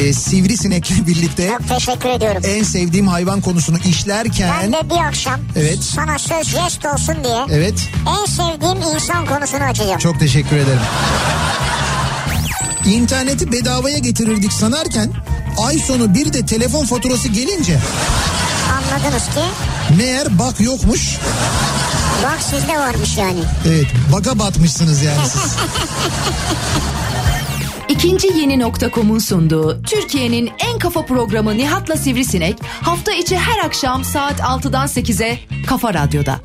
Sivrisinek'le birlikte. Çok teşekkür ediyorum. En sevdiğim hayvan konusunu işlerken. Ben de bir akşam evet. sana söz jest olsun diye. Evet. En sevdiğim insan konusunu açacağım. Çok teşekkür ederim. İnterneti bedavaya getirirdik sanarken ay sonu bir de telefon faturası gelince. Anladınız ki. Meğer bak yokmuş. Bak sizde varmış yani. Evet, baka batmışsınız yani siz. İkinci Yeni.com'un sunduğu Türkiye'nin en kafa programı Nihat'la Sivrisinek hafta içi her akşam saat 6'dan 8'e Kafa Radyo'da.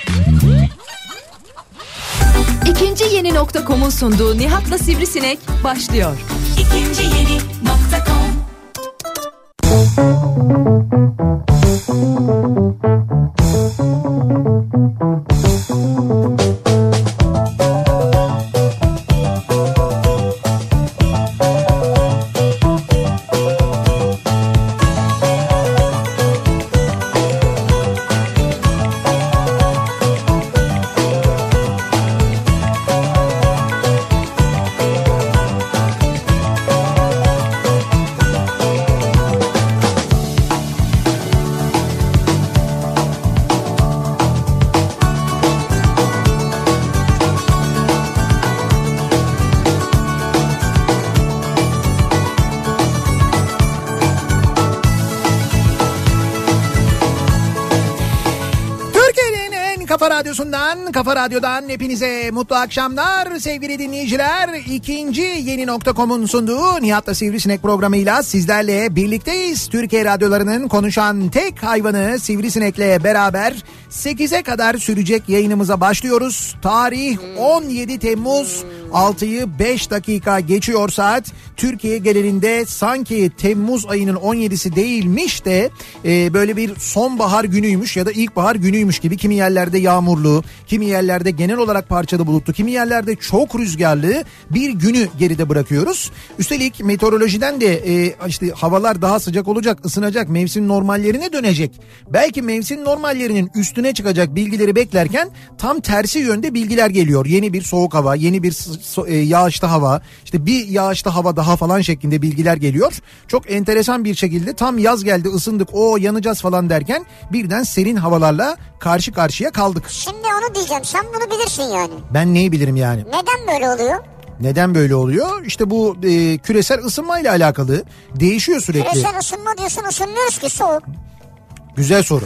İkinci Yeni.com'un sunduğu Nihat'la Sivrisinek başlıyor. İkinci Yeni.com. Kafa Radyo'dan hepinize mutlu akşamlar sevgili dinleyiciler. İkinci Yeni.com'un sunduğu Nihat'la Sivrisinek programıyla sizlerle birlikteyiz. Türkiye radyolarının konuşan tek hayvanı Sivrisinek'le beraber 8'e kadar sürecek yayınımıza başlıyoruz. Tarih 17 Temmuz, 6'yı 5 dakika geçiyor saat. Türkiye genelinde sanki Temmuz ayının 17'si değilmiş de böyle bir sonbahar günüymüş ya da ilkbahar günüymüş gibi, kimi yerlerde yağmurlu, kimi yerlerde genel olarak parçalı bulutlu, kimi yerlerde çok rüzgarlı bir günü geride bırakıyoruz. Üstelik meteorolojiden de işte havalar daha sıcak olacak, ısınacak, mevsim normallerine dönecek. Belki mevsim normallerinin üstüne çıkacak bilgileri beklerken tam tersi yönde bilgiler geliyor. Yeni bir soğuk hava, yeni bir yağışlı hava, işte bir yağışlı hava daha falan şeklinde bilgiler geliyor. Çok enteresan bir şekilde tam yaz geldi, ısındık, o yanacağız falan derken birden serin havalarla karşı karşıya kaldık. Şimdi onu diyeceğim, sen bunu bilirsin yani. Ben neyi bilirim yani? Neden böyle oluyor? Neden böyle oluyor? İşte bu küresel ısınmayla alakalı, değişiyor sürekli. Küresel ısınma diyorsun, ısınmıyoruz ki, soğuk. Güzel soru.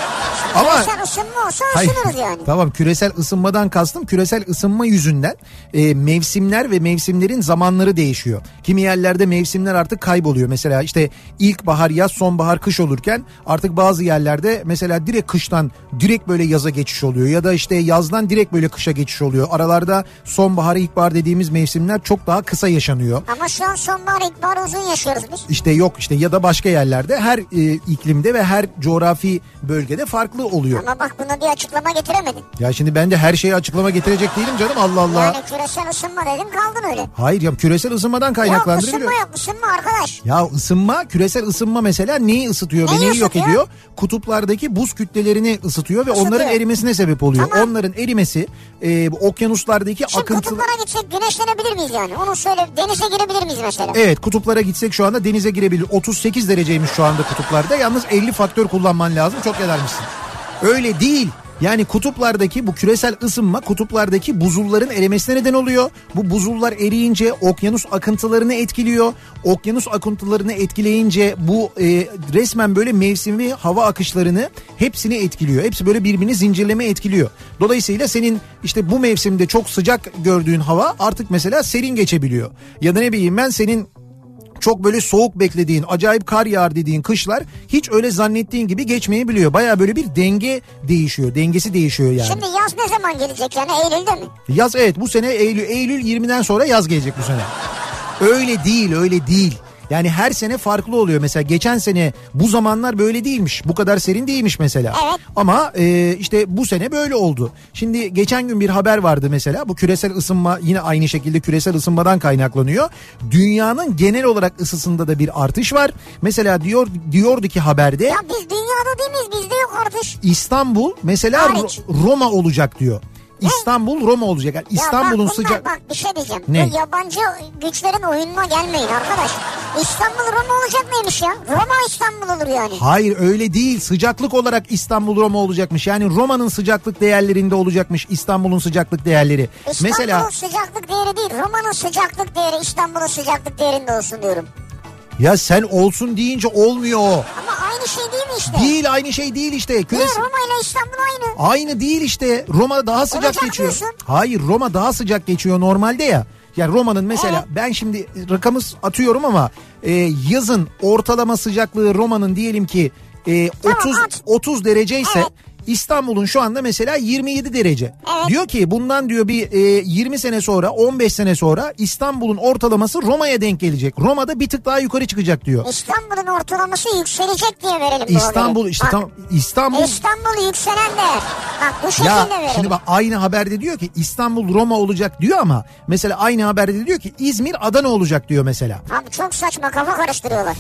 Ama küresel ısınma olsa ısınırız yani. Tamam, küresel ısınmadan kastım küresel ısınma yüzünden mevsimler ve mevsimlerin zamanları değişiyor. Kimi yerlerde mevsimler artık kayboluyor. Mesela işte ilkbahar, yaz, sonbahar, kış olurken artık bazı yerlerde mesela direkt kıştan direkt böyle yaza geçiş oluyor. Ya da işte yazdan direkt böyle kışa geçiş oluyor. Aralarda sonbahar, ilkbahar dediğimiz mevsimler çok daha kısa yaşanıyor. Ama şu an sonbahar, ilkbahar uzun yaşıyoruz biz. İşte yok işte, ya da başka yerlerde her iklimde ve her coğrafi bölgede farklı oluyor. Ama bak, buna bir açıklama getiremedin. Ya şimdi ben de her şeye açıklama getirecek değilim canım, Allah Allah. Yani küresel ısınma dedim, kaldın öyle. Hayır ya, küresel ısınmadan kaynaklandırılıyor. Yok ısınma arkadaş. Ya ısınma, küresel ısınma mesela neyi ısıtıyor ve neyi yok ediyor? Kutuplardaki buz kütlelerini ısıtıyor ve onların erimesine sebep oluyor. Tamam. Onların erimesi okyanuslardaki şimdi akıntılar. Kutuplara gitsek güneşlenebilir miyiz yani? Onu söyle, denize girebilir miyiz mesela? Evet, kutuplara gitsek şu anda denize girebilir. 38 dereceymiş şu anda kutuplarda. Yalnız 50 faktör kullanman lazım, çok edermişsin. Öyle değil. Yani kutuplardaki bu küresel ısınma kutuplardaki buzulların erimesine neden oluyor. Bu buzullar eriyince okyanus akıntılarını etkiliyor. Okyanus akıntılarını etkileyince bu resmen böyle mevsimi hava akışlarını hepsini etkiliyor. Hepsi böyle birbirini zincirleme etkiliyor. Dolayısıyla senin işte bu mevsimde çok sıcak gördüğün hava artık mesela serin geçebiliyor. Ya da ne bileyim ben, senin çok böyle soğuk beklediğin, acayip kar yağar dediğin kışlar hiç öyle zannettiğin gibi geçmeyebiliyor. Baya böyle bir denge değişiyor, dengesi değişiyor yani. Şimdi yaz ne zaman gelecek yani, Eylül'de mi? Yaz, evet, bu sene Eylül 20'den sonra yaz gelecek bu sene. Öyle değil. Yani her sene farklı oluyor. Mesela geçen sene bu zamanlar böyle değilmiş. Bu kadar serin değilmiş mesela. Evet. Ama işte bu sene böyle oldu. Şimdi geçen gün bir haber vardı mesela. Bu küresel ısınma yine aynı şekilde küresel ısınmadan kaynaklanıyor. Dünyanın genel olarak ısısında da bir artış var. Mesela diyordu ki haberde. Ya biz dünyada değil miyiz? Bizde yok artış. İstanbul mesela Roma olacak diyor. İstanbul Roma olacak. Yani İstanbul'un sıcak... Bak bir şey diyeceğim. Ne? Bu yabancı güçlerin oyununa gelmeyin arkadaş. İstanbul Roma olacak mıymış ya? Roma İstanbul olur yani. Hayır öyle değil. Sıcaklık olarak İstanbul Roma olacakmış. Yani Roma'nın sıcaklık değerlerinde olacakmış İstanbul'un sıcaklık değerleri. İstanbul'un sıcaklık değeri değil. Roma'nın sıcaklık değeri İstanbul'un sıcaklık değerinde olsun diyorum. Ya sen olsun deyince olmuyor o. Ama aynı şey değil mi işte? Değil, aynı şey değil işte. Niye Roma ile İstanbul aynı? Aynı değil işte. Roma daha sıcak Olacak geçiyor. diyorsun. Hayır, Roma daha sıcak geçiyor normalde ya. Yani Roma'nın mesela ben şimdi rakamı atıyorum ama yazın ortalama sıcaklığı Roma'nın diyelim ki 30 derece ise Evet. İstanbul'un şu anda mesela 27 derece. Evet. Diyor ki bundan diyor bir 20 sene sonra 15 sene sonra İstanbul'un ortalaması Roma'ya denk gelecek. Roma'da bir tık daha yukarı çıkacak diyor. İstanbul'un ortalaması yükselecek diye verelim bu İstanbul haberi. işte Bak, İstanbul yükselen değer. Bak bu şekilde ya verelim. şimdi bak aynı haberde diyor ki İstanbul Roma olacak diyor ama mesela aynı haberde diyor ki İzmir Adana olacak diyor mesela. Abi çok saçma, kafa karıştırıyorlar.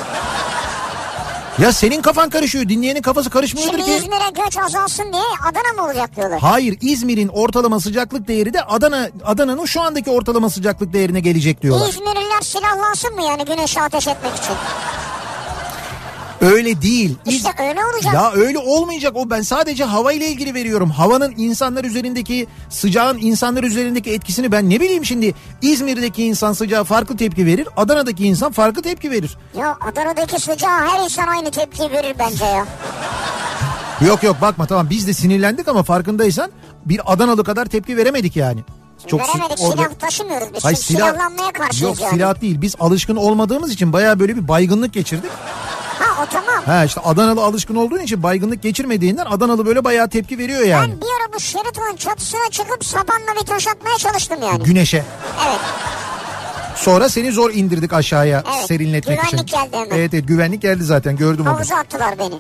Ya senin kafan karışıyor, dinleyenin kafası karışmıyordur Şimdi ki. İzmir'e göç azalsın diye Adana mı olacak diyorlar. Hayır, İzmir'in ortalama sıcaklık değeri de Adana'nın şu andaki ortalama sıcaklık değerine gelecek diyorlar. İzmirliler silahlansın mı yani güneşe ateş etmek için? Öyle değil. İşte öyle olacak. Ya öyle olmayacak o, ben sadece hava ile ilgili veriyorum. Havanın insanlar üzerindeki, sıcağın insanlar üzerindeki etkisini ben ne bileyim şimdi. İzmir'deki insan sıcağa farklı tepki verir, Adana'daki insan farklı tepki verir. Ya Adana'daki sıcağa her insan aynı tepki verir bence ya. Yok bakma, tamam biz de sinirlendik ama farkındaysan bir Adanalı kadar tepki veremedik yani. Veremedik, silah taşımıyoruz biz. Hayır, Şimdi silahlanmaya karşıyız yok, yani. silah değil, biz alışkın olmadığımız için bayağı böyle bir baygınlık geçirdik. Ha o tamam. Ha işte Adanalı alışkın olduğun için baygınlık geçirmediğinden Adanalı böyle bayağı tepki veriyor yani. Ben bir ara bu Sheraton'un çatısına çıkıp sapanla bir taş atmaya çalıştım yani. Güneşe. Evet. Sonra seni zor indirdik aşağıya, Evet, serinletmek için. güvenlik geldi hemen. Evet güvenlik geldi zaten, gördüm onu. Havuza attılar beni.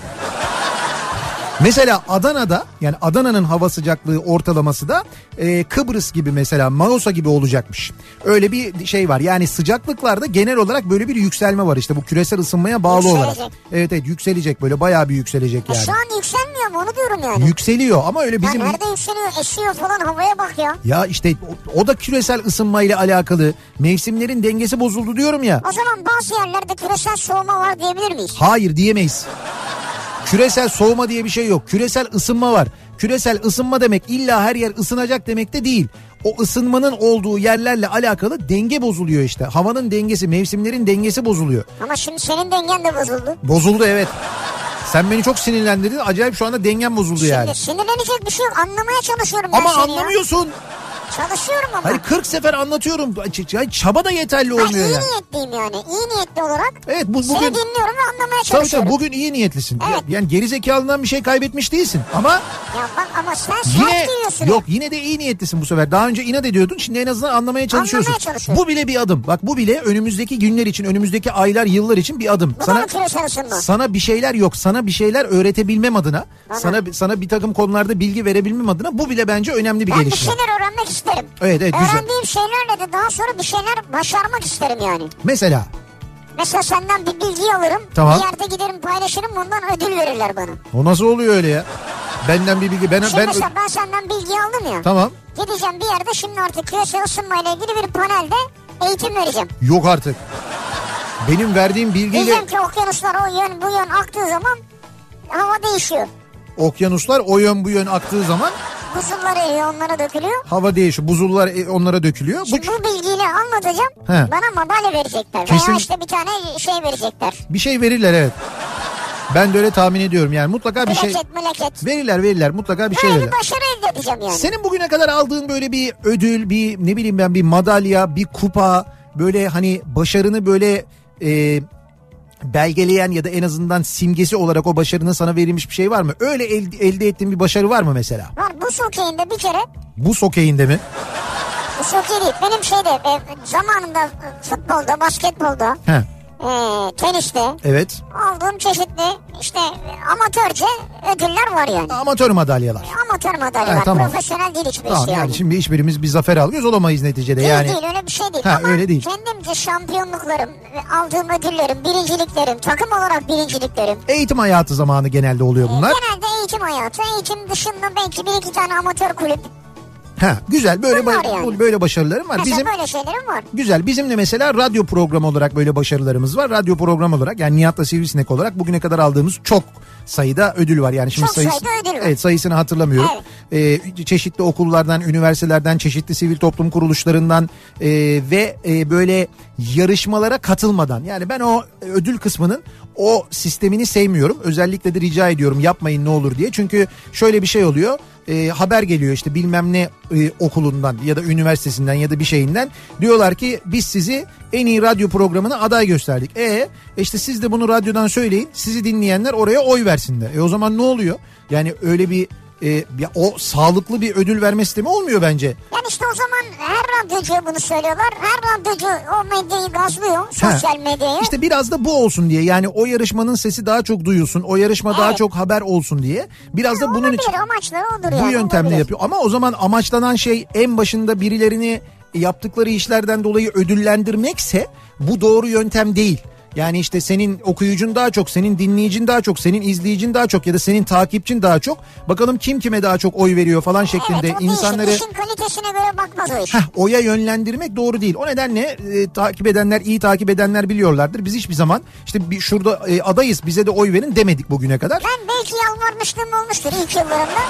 Mesela Adana'da, yani Adana'nın hava sıcaklığı ortalaması da Kıbrıs gibi mesela, Mausa gibi olacakmış. Öyle bir şey var. Yani sıcaklıklarda genel olarak böyle bir yükselme var işte bu küresel ısınmaya bağlı olarak. Evet yükselecek, böyle bayağı bir yükselecek yani. Şu an yükselmiyor mu onu diyorum yani. Yükseliyor ama öyle bizim... Ya nerede yükseliyor, esiyor falan, havaya bak ya. Ya işte o da küresel ısınmayla alakalı, mevsimlerin dengesi bozuldu diyorum ya. O zaman bazı yerlerde küresel soğuma var diyebilir miyiz? Hayır, diyemeyiz. Küresel soğuma diye bir şey yok. Küresel ısınma var. Küresel ısınma demek illa her yer ısınacak demek de değil. O ısınmanın olduğu yerlerle alakalı denge bozuluyor işte. Havanın dengesi, mevsimlerin dengesi bozuluyor. Ama şimdi senin dengen de bozuldu. Bozuldu, evet. Sen beni çok sinirlendirdin. Acayip şu anda dengem bozuldu yani. Şimdi sinirlenecek bir şey yok. Anlamaya çalışıyorum ben Ama seni anlamıyorsun. ya. Çalışıyorum ama. Hayır, 40 sefer anlatıyorum. Çaba da yeterli olmuyor iyi yani. niyetliyim yani. İyi niyetli olarak. Evet, bugün... Seni dinliyorum ve anlamaya Tabii çalışıyorum. bugün iyi niyetlisin. Evet. Yani gerizekalından bir şey kaybetmiş değilsin ama... Ya bak ama sen Yine sert giriyorsun. yok, yine de iyi niyetlisin bu sefer. Daha önce inat ediyordun, şimdi en azından anlamaya çalışıyorsun. Bu bile bir adım. Bak bu bile önümüzdeki günler için, önümüzdeki aylar, yıllar için bir adım. Bu da mı küresel ısınma? Sana bir şeyler yok. Sana bir şeyler öğretebilmem adına, sana bir takım konularda bilgi verebilmem adına bu bile bence önemli bir Ben gelişme. bir şeyler öğrenmek isterim. Evet güzel. Öğrendiğim şeylerle de daha sonra bir şeyler başarmak isterim yani. Mesela senden bir bilgi alırım. Tamam. Bir yerde giderim paylaşırım, bundan ödül verirler bana. o nasıl oluyor öyle ya? Benden bir bilgi. Şimdi mesela ben senden bilgi aldım ya. Tamam. Gideceğim bir yerde, şimdi artık küresel ısınmayla ilgili bir panelde eğitim vereceğim. Yok artık. Benim verdiğim bilgiyle... Diyeceğim ki okyanuslar o yön bu yön aktığı zaman hava değişiyor. Okyanuslar o yön bu yön aktığı zaman... Buzullar eriyor, onlara dökülüyor. Hava değişiyor. Buzullar onlara dökülüyor. Şimdi bu bilgiyle anlatacağım. He. Bana madalya verecekler. Kesin... Veya işte bir tane şey verecekler. Bir şey verirler, evet. Ben de öyle tahmin ediyorum yani, mutlaka bir şey... Meleket. Verirler mutlaka bir şey verirler. Böyle bir başarı elde edeceğim yani. Senin bugüne kadar aldığın böyle bir ödül, bir ne bileyim ben, bir madalya, bir kupa, böyle hani başarını böyle belgeleyen ya da en azından simgesi olarak o başarının sana verilmiş bir şey var mı? Öyle elde ettiğin bir başarı var mı mesela? Var, buz hokeyinde bir kere. Buz hokeyinde mi? Buz hokeyi değil. Benim zamanında futbolda, basketbolda, teniste evet. aldığım çeşitli işte amatörce ödüller var yani. Amatör madalyalar. Amatör madalyalar. Ha, tamam. Profesyonel değil hiçbir tamam, şey yani. Şimdi hiçbirimiz bir zafer alıyoruz, olamayız neticede yani. Değil öyle bir şey değil. Ha, ama öyle değil. kendimce şampiyonluklarım, aldığım ödüllerim, birinciliklerim, takım olarak birinciliklerim. Eğitim hayatı zamanı genelde oluyor bunlar. Genelde eğitim hayatı. Eğitim dışında belki bir iki tane amatör kulüp. Ha, güzel böyle yani. böyle başarılarım var. Mesela böyle şeylerim var. Güzel. Bizim de mesela radyo programı olarak böyle başarılarımız var. Radyo programı olarak yani Nihat'la Sivrisinek olarak bugüne kadar aldığımız çok sayıda ödül var. Yani şimdi çok sayıda ödül var. Evet, sayısını hatırlamıyorum. Evet. Çeşitli okullardan, üniversitelerden, çeşitli sivil toplum kuruluşlarından ve böyle yarışmalara katılmadan. Yani ben o ödül kısmının o sistemini sevmiyorum. Özellikle de rica ediyorum yapmayın ne olur diye. Çünkü şöyle bir şey oluyor. Haber geliyor işte bilmem ne okulundan ya da üniversitesinden ya da bir şeyinden. Diyorlar ki biz sizi en iyi radyo programına aday gösterdik. İşte siz de bunu radyodan söyleyin. Sizi dinleyenler oraya oy versinler. O zaman ne oluyor? Yani öyle bir o sağlıklı bir ödül verme sistemi olmuyor bence. Yani işte o zaman her radyocuya bunu söylüyorlar. Her radyocu o medyayı gazlıyor. Sosyal medyayı. İşte biraz da bu olsun diye. Yani o yarışmanın sesi daha çok duyulsun. O yarışma daha çok haber olsun diye. Biraz da bunun için. Amaçları odur bu yani. yöntemle yapıyor. Ama o zaman amaçlanan şey en başında birilerini yaptıkları işlerden dolayı ödüllendirmekse bu doğru yöntem değil. Yani işte senin okuyucun daha çok, senin dinleyicin daha çok, senin izleyicin daha çok ya da senin takipçin daha çok. Bakalım kim kime daha çok oy veriyor falan şeklinde insanları... İşin kalitesine göre bakmaz o iş. Oya yönlendirmek doğru değil. O nedenle takip edenler, iyi takip edenler biliyorlardır. Biz hiçbir zaman işte şurada adayız bize de oy verin demedik bugüne kadar. Ben belki yalvarmışlığım olmuştur ilk yıllarımda.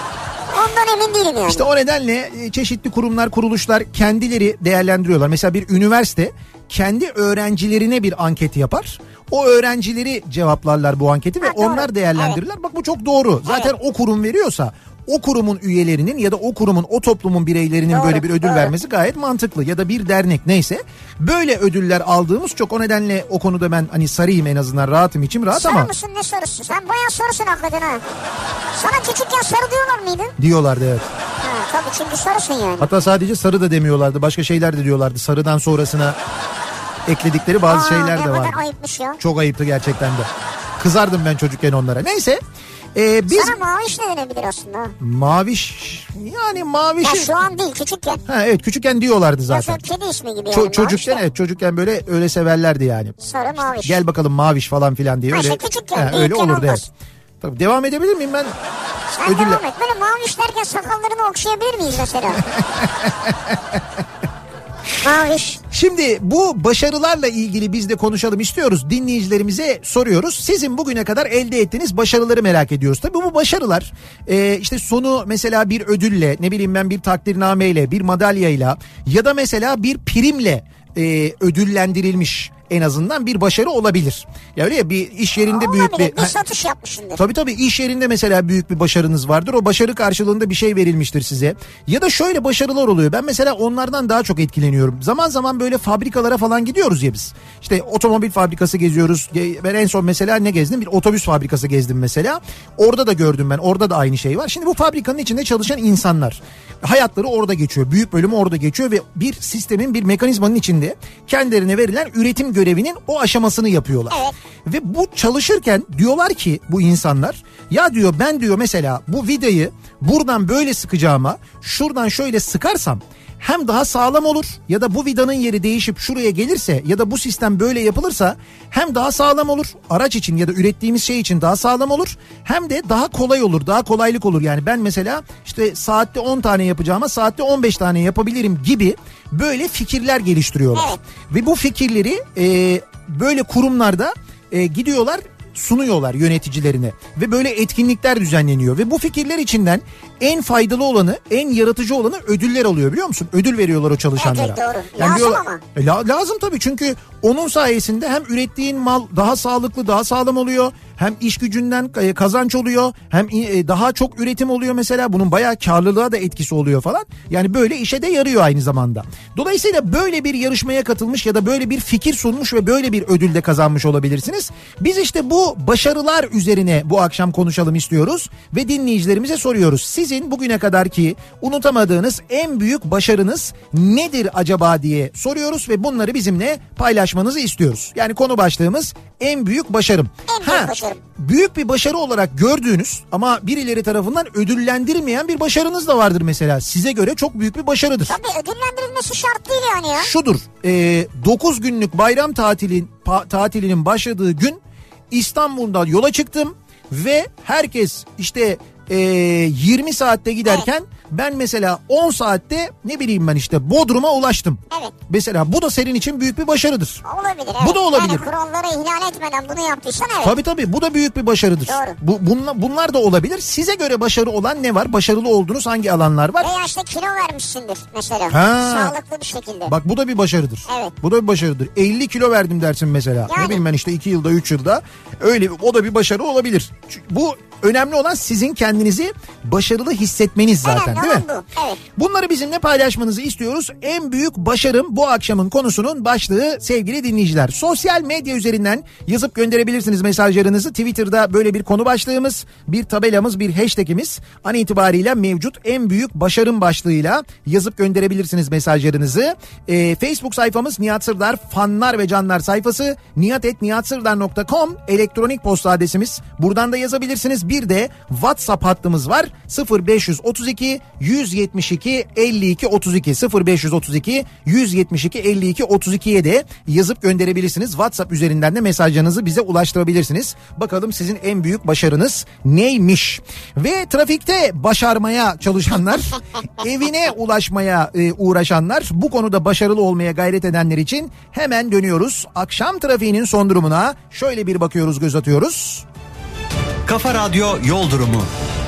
Ondan emin değilim yani. İşte o nedenle çeşitli kurumlar, kuruluşlar kendileri değerlendiriyorlar. Mesela bir üniversite kendi öğrencilerine bir anket yapar. O öğrencileri cevaplarlar bu anketi ve onlar değerlendirirler. Evet. Bak bu çok doğru. Zaten o kurum veriyorsa o kurumun üyelerinin ya da o kurumun, o toplumun bireylerinin böyle bir ödül vermesi gayet mantıklı. Ya da bir dernek neyse. Böyle ödüller aldığımız çok, o nedenle o konuda ben hani sarıyım, en azından rahatım, içim rahat. Sarı ama. Sarı mısın ne sarısı? Sen bayağı sarısın hakikaten ha. Sana küçükken sarı diyorlar mıydı? Diyorlardı, evet. Tabii çünkü sarısın yani. Hatta sadece sarı da demiyorlardı. Başka şeyler de diyorlardı. Sarıdan sonrasına ekledikleri bazı şeyler de var. Ne kadar ayıpmış ya. Çok ayıptı gerçekten de. Kızardım ben çocukken onlara. Neyse. Sana maviş ne denebilir aslında? Maviş, yani maviş. Ya şu an değil, küçükken. Evet, küçükken diyorlardı zaten. Ya kedi ismi gibi yani. Çocukken evet, çocukken böyle öyle severlerdi yani. Sarı maviş. Gel bakalım maviş falan filan diye. Öyle, küçükken. Öyle olurdu evet. Tabii, devam edebilir miyim ben? Sen devam et. Böyle maviş derken sakallarını okşayabilir miyiz mesela? Maviş. Şimdi bu başarılarla ilgili biz de konuşalım istiyoruz. Dinleyicilerimize soruyoruz. Sizin bugüne kadar elde ettiğiniz başarıları merak ediyoruz. Tabii bu başarılar işte sonu mesela bir ödülle, ne bileyim ben bir takdirnameyle, bir madalyayla ya da mesela bir primle ödüllendirilmiş en azından bir başarı olabilir. Ya öyle ya, bir iş yerinde büyük bir satış yapmışsındır. Tabii iş yerinde mesela büyük bir başarınız vardır. O başarı karşılığında bir şey verilmiştir size. Ya da şöyle başarılar oluyor. Ben mesela onlardan daha çok etkileniyorum. Zaman zaman böyle fabrikalara falan gidiyoruz ya biz. İşte otomobil fabrikası geziyoruz. Ben en son mesela ne gezdim? Bir otobüs fabrikası gezdim mesela. Orada da gördüm ben. Orada da aynı şey var. Şimdi bu fabrikanın içinde çalışan insanlar. Hayatları orada geçiyor. Büyük bölümü orada geçiyor ve bir sistemin, bir mekanizmanın içinde kendilerine verilen üretim görevinin o aşamasını yapıyorlar. Evet. Ve bu çalışırken diyorlar ki bu insanlar, ya diyor ben diyor mesela bu vidayı buradan böyle sıkacağıma şuradan şöyle sıkarsam hem daha sağlam olur ya da bu vidanın yeri değişip şuraya gelirse ya da bu sistem böyle yapılırsa hem daha sağlam olur, araç için ya da ürettiğimiz şey için daha sağlam olur, hem de daha kolay olur, daha kolaylık olur. Yani ben mesela işte saatte 10 tane yapacağıma saatte 15 tane yapabilirim gibi böyle fikirler geliştiriyorlar. Evet. Ve bu fikirleri böyle kurumlarda gidiyorlar, sunuyorlar yöneticilerine ve böyle etkinlikler düzenleniyor ve bu fikirler içinden en faydalı olanı, en yaratıcı olanı ödüller oluyor, biliyor musun? Ödül veriyorlar o çalışanlara. Evet, doğru. Yani lazım diyorlar, ama. Lazım tabii, çünkü onun sayesinde hem ürettiğin mal daha sağlıklı, daha sağlam oluyor, hem iş gücünden kazanç oluyor, hem daha çok üretim oluyor mesela, bunun bayağı karlılığa da etkisi oluyor falan. Yani böyle işe de yarıyor aynı zamanda. Dolayısıyla böyle bir yarışmaya katılmış ya da böyle bir fikir sunmuş ve böyle bir ödül de kazanmış olabilirsiniz. Biz işte bu başarılar üzerine bu akşam konuşalım istiyoruz ve dinleyicilerimize soruyoruz. Sizin bugüne kadarki unutamadığınız en büyük başarınız nedir acaba diye soruyoruz ve bunları bizimle paylaşmanızı istiyoruz. Yani konu başlığımız en büyük başarım. En büyük başarım. Büyük bir başarı olarak gördüğünüz ama birileri tarafından ödüllendirilmeyen bir başarınız da vardır mesela. Size göre çok büyük bir başarıdır. Tabii ödüllendirilmesi şart değil yani ya. Şudur, 9 günlük bayram tatilinin başladığı gün İstanbul'dan yola çıktım ve herkes işte 20 saatte giderken Ben mesela 10 saatte ne bileyim ben işte Bodrum'a ulaştım. Evet. Mesela bu da senin için büyük bir başarıdır. Olabilir evet. Bu da olabilir. Yani kuralları ihlal etmeden bunu yaptıysan evet. Tabii bu da büyük bir başarıdır. Doğru. Bunlar da olabilir. Size göre başarı olan ne var? Başarılı olduğunuz hangi alanlar var? Veya işte kilo vermişsindir mesela. Sağlıklı bir şekilde. Bak bu da bir başarıdır. Evet. Bu da bir başarıdır. 50 kilo verdim dersin mesela. Yani. Ne bileyim ben işte 2 yılda 3 yılda. Öyle o da bir başarı olabilir. Bu önemli olan sizin kendinizi başarılı hissetmeniz zaten, önemli değil mi? Bu. Evet. Bunları bizimle paylaşmanızı istiyoruz. En büyük başarım bu akşamın konusunun başlığı sevgili dinleyiciler. Sosyal medya üzerinden yazıp gönderebilirsiniz mesajlarınızı. Twitter'da böyle bir konu başlığımız, bir tabelamız, bir hashtagimiz an itibariyle mevcut. En büyük başarım başlığıyla yazıp gönderebilirsiniz mesajlarınızı. Facebook sayfamız Nihat Sırdar fanlar ve canlar sayfası, nihat@nihatsırdar.com elektronik posta adresimiz. Buradan da yazabilirsiniz. Bir de WhatsApp hattımız var. 0532 172 52 32 0532 172 52 32'ye de yazıp gönderebilirsiniz. WhatsApp üzerinden de mesajlarınızı bize ulaştırabilirsiniz. Bakalım sizin en büyük başarınız neymiş? Ve trafikte başarmaya çalışanlar, evine ulaşmaya uğraşanlar, bu konuda başarılı olmaya gayret edenler için hemen dönüyoruz. Akşam trafiğinin son durumuna şöyle bir bakıyoruz, göz atıyoruz. Kafa Radyo Yol Durumu.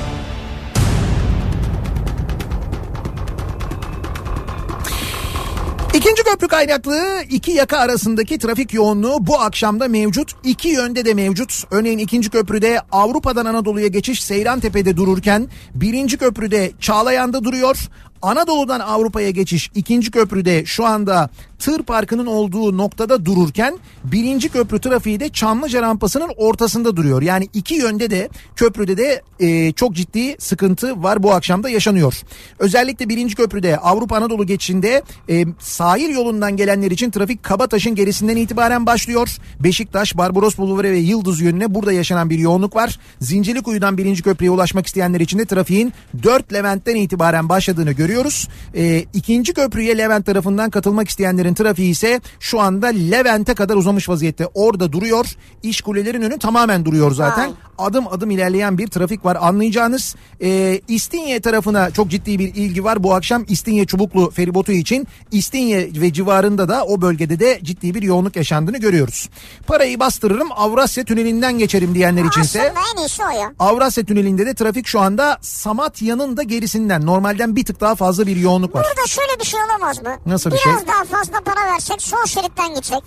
İkinci köprü kaynaklı iki yaka arasındaki trafik yoğunluğu bu akşamda mevcut. İki yönde de mevcut. Örneğin ikinci köprüde Avrupa'dan Anadolu'ya geçiş Seyrantepe'de dururken birinci köprüde Çağlayan'da duruyor. Anadolu'dan Avrupa'ya geçiş ikinci köprüde şu anda tır parkının olduğu noktada dururken birinci köprü trafiği de Çamlıca rampasının ortasında duruyor. Yani iki yönde de köprüde de çok ciddi sıkıntı var, bu akşam da yaşanıyor. Özellikle birinci köprüde Avrupa Anadolu geçişinde sahil yolundan gelenler için trafik Kabataş'ın gerisinden itibaren başlıyor. Beşiktaş, Barbaros Bulvarı ve Yıldız yönüne burada yaşanan bir yoğunluk var. Zincirlikuyu'dan birinci köprüye ulaşmak isteyenler için de trafiğin 4 Levent'ten itibaren başladığını görüyoruz. İkinci köprüye Levent tarafından katılmak isteyenlerin trafiği ise şu anda Levent'e kadar uzamış vaziyette. Orada duruyor. İşkuleler'in önü tamamen duruyor zaten. Adım adım ilerleyen bir trafik var anlayacağınız. İstinye tarafına çok ciddi bir ilgi var. Bu akşam İstinye Çubuklu feribotu için İstinye ve civarında da o bölgede de ciddi bir yoğunluk yaşandığını görüyoruz. Parayı bastırırım Avrasya Tüneli'nden geçerim diyenler içinse. Aslında en iyisi o ya. Avrasya Tüneli'nde de trafik şu anda Samatya'nın da gerisinden normalden bir tık daha fazla bir yoğunluk var. Burada şöyle bir şey olamaz mı? Nasıl bir şey? Biraz daha fazla para versek sol şeritten gitsek.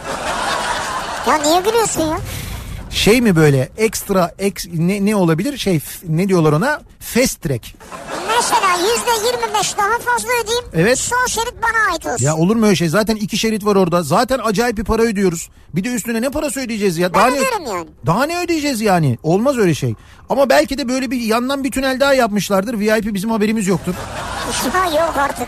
Ya niye gülüyorsun ya? Şey mi böyle ekstra ne olabilir? Ne diyorlar ona? Fast track. Mesela %25 daha fazla ödeyeyim. Evet. Sol şerit bana ait olsun. Ya olur mu öyle şey? Zaten 2 şerit var orada. Zaten acayip bir para ödüyoruz. Bir de üstüne ne parası ödeyeceğiz ya? Ben öderim yani. Daha ne ödeyeceğiz yani? Olmaz öyle şey. Ama belki de böyle bir yandan bir tünel daha yapmışlardır. VIP bizim haberimiz yoktur. Ya yok artık.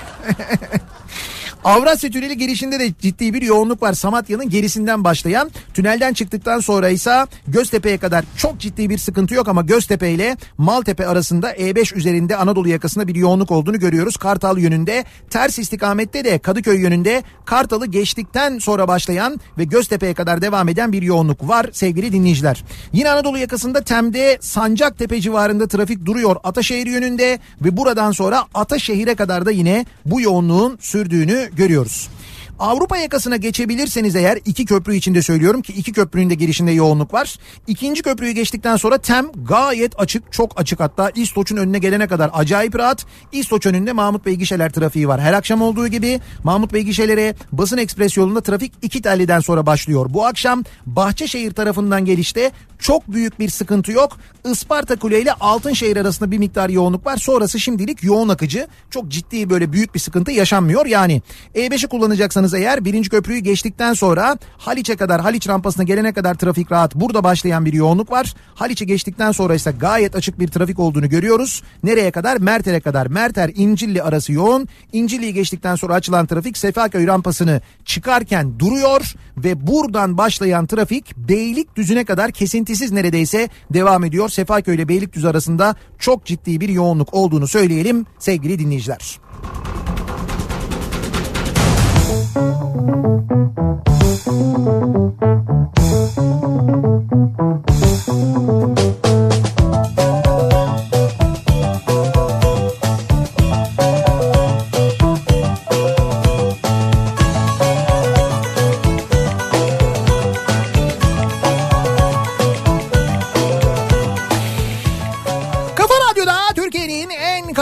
Avrasya Tüneli girişinde de ciddi bir yoğunluk var. Samatya'nın gerisinden başlayan. Tünelden çıktıktan sonra ise Göztepe'ye kadar çok ciddi bir sıkıntı yok ama Göztepe ile Maltepe arasında E5 üzerinde Anadolu yakasında bir yoğunluk olduğunu görüyoruz. Kartal yönünde, ters istikamette de Kadıköy yönünde Kartal'ı geçtikten sonra başlayan ve Göztepe'ye kadar devam eden bir yoğunluk var sevgili dinleyiciler. Yine Anadolu yakasında Tem'de Sancaktepe civarında trafik duruyor Ataşehir yönünde ve buradan sonra Ataşehir'e kadar da yine bu yoğunluğun sürdüğünü görüyoruz. Avrupa yakasına geçebilirseniz eğer iki köprü içinde söylüyorum ki iki köprünün de girişinde yoğunluk var. İkinci köprüyü geçtikten sonra Tem gayet açık, çok açık, hatta İstoç'un önüne gelene kadar acayip rahat. İstoç önünde Mahmut Bey gişeler trafiği var. Her akşam olduğu gibi Mahmut Bey gişelere Basın Ekspres yolunda trafik 2:50'den sonra başlıyor. Bu akşam Bahçeşehir tarafından gelişte çok büyük bir sıkıntı yok. Isparta Kule ile Altınşehir arasında bir miktar yoğunluk var. Sonrası şimdilik yoğun akıcı. Çok ciddi böyle büyük bir sıkıntı yaşanmıyor. Yani E5'i kullanacaksanız eğer birinci köprüyü geçtikten sonra Haliç'e kadar, Haliç rampasına gelene kadar trafik rahat. Burada başlayan bir yoğunluk var. Haliç'i geçtikten sonra ise gayet açık bir trafik olduğunu görüyoruz. Nereye kadar? Merter'e kadar. Merter İncilli arası yoğun. İncilli'yi geçtikten sonra açılan trafik Sefaköy rampasını çıkarken duruyor ve buradan başlayan trafik Beylikdüzü'ne kadar kesintisiz neredeyse devam ediyor. Sefaköy ile Beylikdüzü arasında çok ciddi bir yoğunluk olduğunu söyleyelim sevgili dinleyiciler.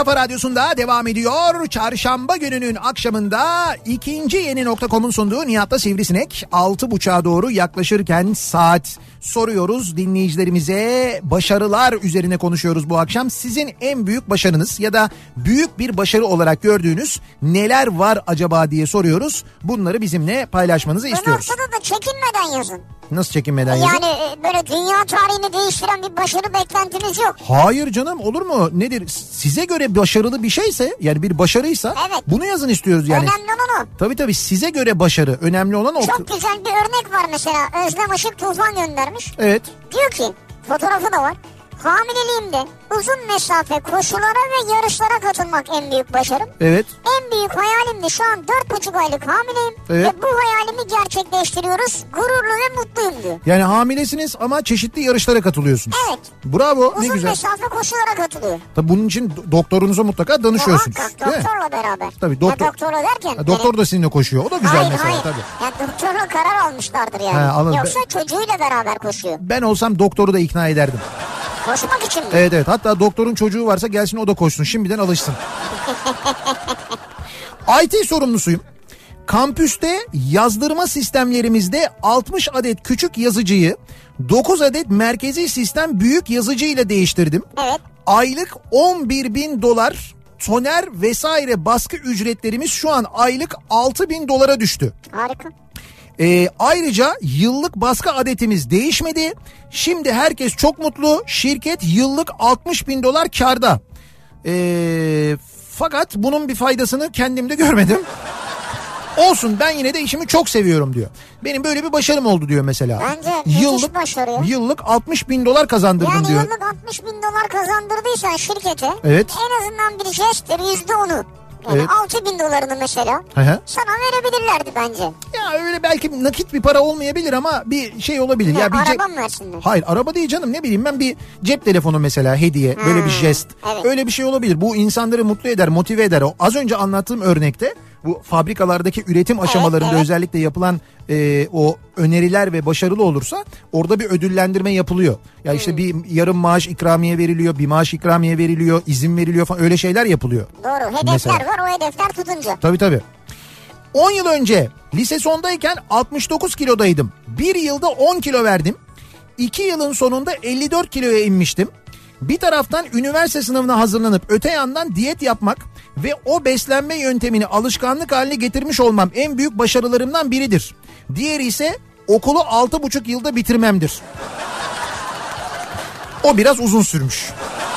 Kafa Radyosu'nda devam ediyor. Çarşamba gününün akşamında ikinci yeni.com'un sunduğu Nihat'la Sivrisinek 6.30'a doğru yaklaşırken saat soruyoruz dinleyicilerimize. Başarılar üzerine konuşuyoruz bu akşam. Sizin en büyük başarınız ya da büyük bir başarı olarak gördüğünüz neler var acaba diye soruyoruz. Bunları bizimle paylaşmanızı istiyoruz. Bu noktada da çekinmeden yazın. Nasıl çekinmeden yazın? Yani böyle dünya tarihini değiştiren bir başarı beklentiniz yok. Hayır canım, olur mu? Nedir? Size göre başarılı bir şeyse, yani bir başarıysa evet, bunu yazın istiyoruz yani. Önemli olan o. Tabii size göre başarı. Önemli olan o. Çok güzel bir örnek var mesela. Özlem Işık Tufan göndermiş. Evet. Diyor ki, fotoğrafı da var. Hamileliğimde uzun mesafe koşulara ve yarışlara katılmak en büyük başarım. Evet. En büyük hayalimdi, şu an 4,5 aylık hamileyim. Evet. Ve bu hayalimi gerçekleştiriyoruz. Gururlu ve mutluyum diyor. Yani hamilesiniz ama çeşitli yarışlara katılıyorsunuz. Evet. Bravo. Uzun ne güzel. mesafe koşulara katılıyor. Tabii bunun için doktorunuza mutlaka danışıyorsunuz. Muhakkak doktorla beraber. Tabii doktor. Doktorla derken. Doktor da sizinle koşuyor. O da güzel hayır, mesela hayır. tabii. Yani doktorla karar almışlardır yani. Yoksa çocuğuyla beraber koşuyor. Ben olsam doktoru da ikna ederdim. Koşmak için mi? Evet. Hatta doktorun çocuğu varsa gelsin o da koşsun. Şimdiden alışsın. IT sorumlusuyum. Kampüste yazdırma sistemlerimizde 60 adet küçük yazıcıyı 9 adet merkezi sistem büyük yazıcı ile değiştirdim. Evet. Aylık $11.000 toner vesaire baskı ücretlerimiz şu an aylık $6.000 düştü. Harika. Ayrıca yıllık baskı adetimiz değişmedi. Şimdi herkes çok mutlu. Şirket yıllık $60.000 kârda. Fakat bunun bir faydasını kendimde görmedim. Olsun, ben yine de işimi çok seviyorum diyor. Benim böyle bir başarım oldu diyor mesela. Bence müthiş başarı. Yıllık $60.000 kazandırdım yani diyor. Yani yıllık $60.000 kazandırdıysan şirkete, evet, en azından bir jesttir %10'u. Yani evet. $6.000'ını mesela sana verebilirlerdi bence. Ya öyle belki nakit bir para olmayabilir ama bir şey olabilir. Ya bir araba mı versinler? Hayır, araba değil canım, ne bileyim ben, bir cep telefonu mesela hediye, böyle bir jest. Evet. Öyle bir şey olabilir. Bu insanları mutlu eder, motive eder. O az önce anlattığım örnekte bu fabrikalardaki üretim aşamalarında özellikle yapılan o öneriler ve başarılı olursa orada bir ödüllendirme yapılıyor. Ya işte bir yarım maaş ikramiye veriliyor, bir maaş ikramiye veriliyor, izin veriliyor falan, öyle şeyler yapılıyor. Doğru, hedefler mesela var, o hedefler tutunca. Tabii. 10 yıl önce lise sondayken 69 kilodaydım. Bir yılda 10 kilo verdim. 2 yılın sonunda 54 kiloya inmiştim. Bir taraftan üniversite sınavına hazırlanıp öte yandan diyet yapmak ve o beslenme yöntemini alışkanlık haline getirmiş olmam en büyük başarılarımdan biridir. Diğeri ise okulu 6,5 yılda bitirmemdir. O biraz uzun sürmüş.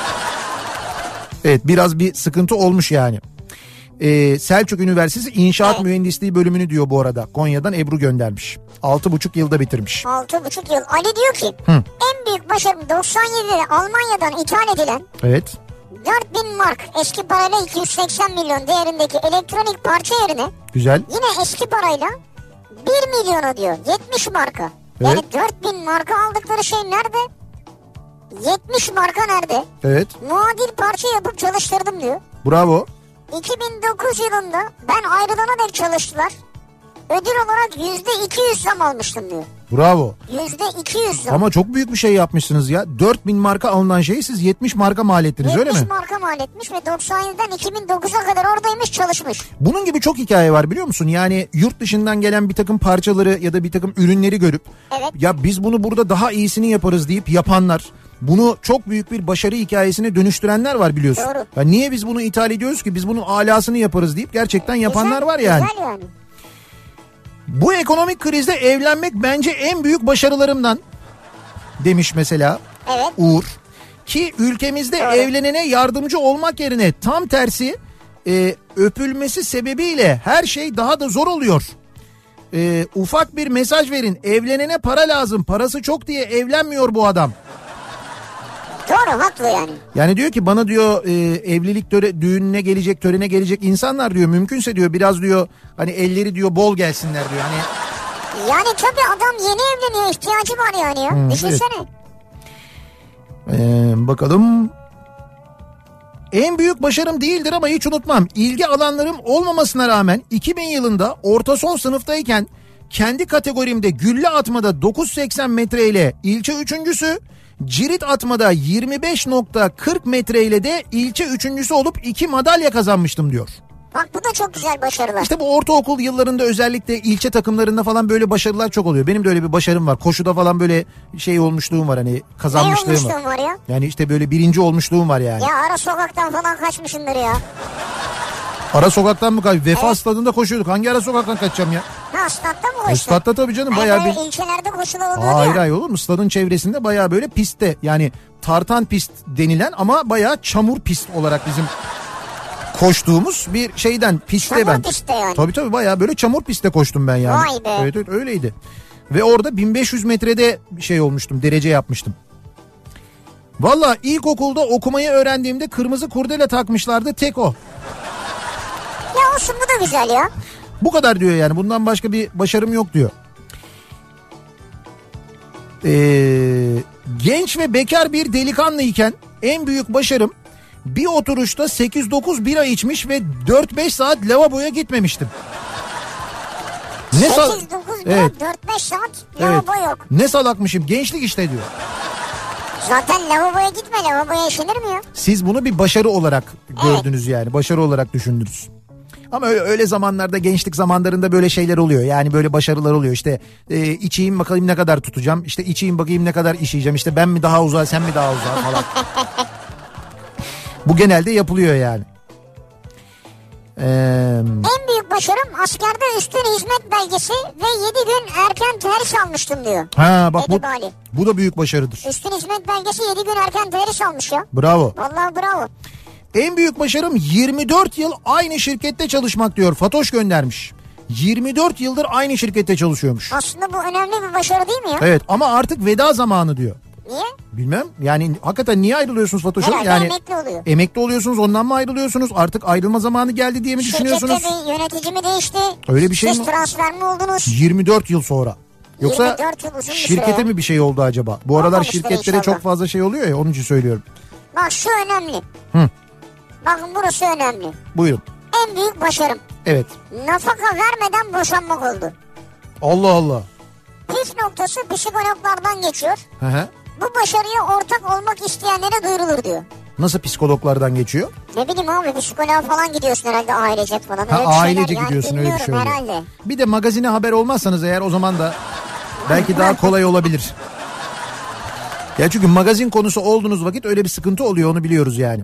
Evet, biraz bir sıkıntı olmuş yani. Selçuk Üniversitesi İnşaat Mühendisliği bölümünü diyor bu arada. Konya'dan Ebru göndermiş. 6,5 yılda bitirmiş. 6,5 yıl. Ali diyor ki en büyük başarım 97'de Almanya'dan ithal edilen 4.000 mark, eski parayla 280 milyon değerindeki elektronik parça yerine güzel, yine eski parayla 1 milyona diyor 70 marka. Yani 4.000 marka aldıkları şey nerede? 70 marka nerede? Evet. Muadil parça yapıp çalıştırdım diyor. Bravo. 2009 yılında ben ayrılana dek çalıştılar. Ödül olarak %200 zam almıştım diyor. Bravo. %200 zam. Ama çok büyük bir şey yapmışsınız ya. 4.000 marka alınan şeyi siz 70 marka mal ettiniz, öyle mi? 70 marka mal etmiş ve 97'den 2009'a kadar oradaymış, çalışmış. Bunun gibi çok hikaye var, biliyor musun? Yani yurt dışından gelen bir takım parçaları ya da bir takım ürünleri görüp ya biz bunu burada daha iyisini yaparız deyip yapanlar. Bunu çok büyük bir başarı hikayesine dönüştürenler var, biliyorsun. Doğru. Ya niye biz bunu ithal ediyoruz ki? Biz bunun alasını yaparız deyip gerçekten yapanlar var yani. Güzel yani. Bu ekonomik krizde evlenmek bence en büyük başarılarımdan demiş mesela Uğur. Ki ülkemizde evlenene yardımcı olmak yerine tam tersi öpülmesi sebebiyle her şey daha da zor oluyor. Ufak bir mesaj verin, evlenene para lazım, parası çok diye evlenmiyor bu adam. Doğru, haklı yani. Yani diyor ki bana diyor evlilik düğününe gelecek, törene gelecek insanlar diyor mümkünse diyor biraz diyor hani elleri diyor bol gelsinler diyor hani. Yani tabii adam yeni evleniyor, ihtiyacı var yani ya. Düşünsene. Bakalım. En büyük başarım değildir ama hiç unutmam. İlgi alanlarım olmamasına rağmen 2000 yılında orta son sınıftayken kendi kategorimde gülle atmada 980 metreyle ilçe üçüncüsü, Cirit atmada 25.40 metreyle de ilçe üçüncüsü olup 2 madalya kazanmıştım diyor. Bak bu da çok güzel başarılar. İşte bu ortaokul yıllarında özellikle ilçe takımlarında falan böyle başarılar çok oluyor. Benim de öyle bir başarım var. Koşuda falan böyle şey olmuşluğum var, hani kazanmışlığım var. Ne olmuşluğum var ya? Yani işte böyle birinci olmuşluğum var yani. Ya ara sokaktan falan kaçmışsındır ya. Ara sokaktan mı kaç? Vefa stadında koşuyorduk. Hangi ara sokaktan kaçacağım ya? Ha statta mı koştun? Statta tabii canım. Bayağı böyle bir... ilçelerde koşular oluyor Hayır ya. hayır, olur mu? Stadın çevresinde bayağı böyle pistte, yani tartan pist denilen ama bayağı çamur pist olarak bizim koştuğumuz bir şeyden, pistte çamur ben. Çamur pistte yani. Tabii bayağı böyle çamur pistte koştum ben yani. Vay be. Evet öyleydi. Ve orada 1500 metrede şey olmuştum, derece yapmıştım. Valla ilkokulda okumayı öğrendiğimde kırmızı kurdele takmışlardı, tek o. Ya olsun, bu da güzel ya. Bu kadar diyor yani, bundan başka bir başarım yok diyor. Genç ve bekar bir delikanlıyken en büyük başarım bir oturuşta 8-9 bira içmiş ve 4-5 saat lavaboya gitmemiştim. 8-9 bira, evet. 4-5 saat lavabo yok. Ne salakmışım, gençlik işte diyor. Zaten lavaboya gitme, lavaboya işenir mi ya? Siz bunu bir başarı olarak gördünüz yani, başarı olarak düşündünüz. Ama öyle zamanlarda, gençlik zamanlarında böyle şeyler oluyor. Yani böyle başarılar oluyor. İşte içeyim bakayım ne kadar tutacağım. İşte içeyim bakayım ne kadar işeyeceğim. İşte ben mi daha uzağa, sen mi daha uzağa falan. Bu genelde yapılıyor yani. En büyük başarım askerde üstün hizmet belgesi ve 7 gün erken terhis almıştım diyor. Ha bak bu da büyük başarıdır. Üstün hizmet belgesi 7 gün erken terhis almış ya. Bravo. Vallahi bravo. En büyük başarım 24 yıl aynı şirkette çalışmak diyor. Fatoş göndermiş. 24 yıldır aynı şirkette çalışıyormuş. Aslında bu önemli bir başarı değil mi ya? Evet ama artık veda zamanı diyor. Niye? Bilmem. Yani hakikaten niye ayrılıyorsunuz Fatoş Hanım? Herhalde Yani emekli oluyor. Emekli oluyorsunuz, ondan mı ayrılıyorsunuz? Artık ayrılma zamanı geldi diye mi düşünüyorsunuz? Şirkette bir yönetici mi değişti? Öyle bir şey Siz mi? transfer mi oldunuz? 24 yıl sonra. Yoksa 24 yıl uzun bir şirkete süre. mi bir şey oldu acaba? Bu aralar Olmamıştır şirketlere inşallah. çok fazla şey oluyor ya, onun için söylüyorum. Bak şu önemli. Hı. Bakın burası önemli. Buyurun. En büyük başarım. Evet. Nafaka vermeden boşanmak oldu. Allah Allah. Püf noktası psikologlardan geçiyor. Hı hı. Bu başarıya ortak olmak isteyenlere duyurulur diyor. Nasıl psikologlardan geçiyor? Ne bileyim abi, psikoloğa falan gidiyorsun herhalde, ailecek falan. Ha, öyle bir ailece şeyler. gidiyorsun, yani öyle bir şey oluyor. herhalde. Bir de magazine haber olmazsanız eğer, o zaman da belki daha kolay olabilir. Ya çünkü magazin konusu olduğunuz vakit öyle bir sıkıntı oluyor, onu biliyoruz yani.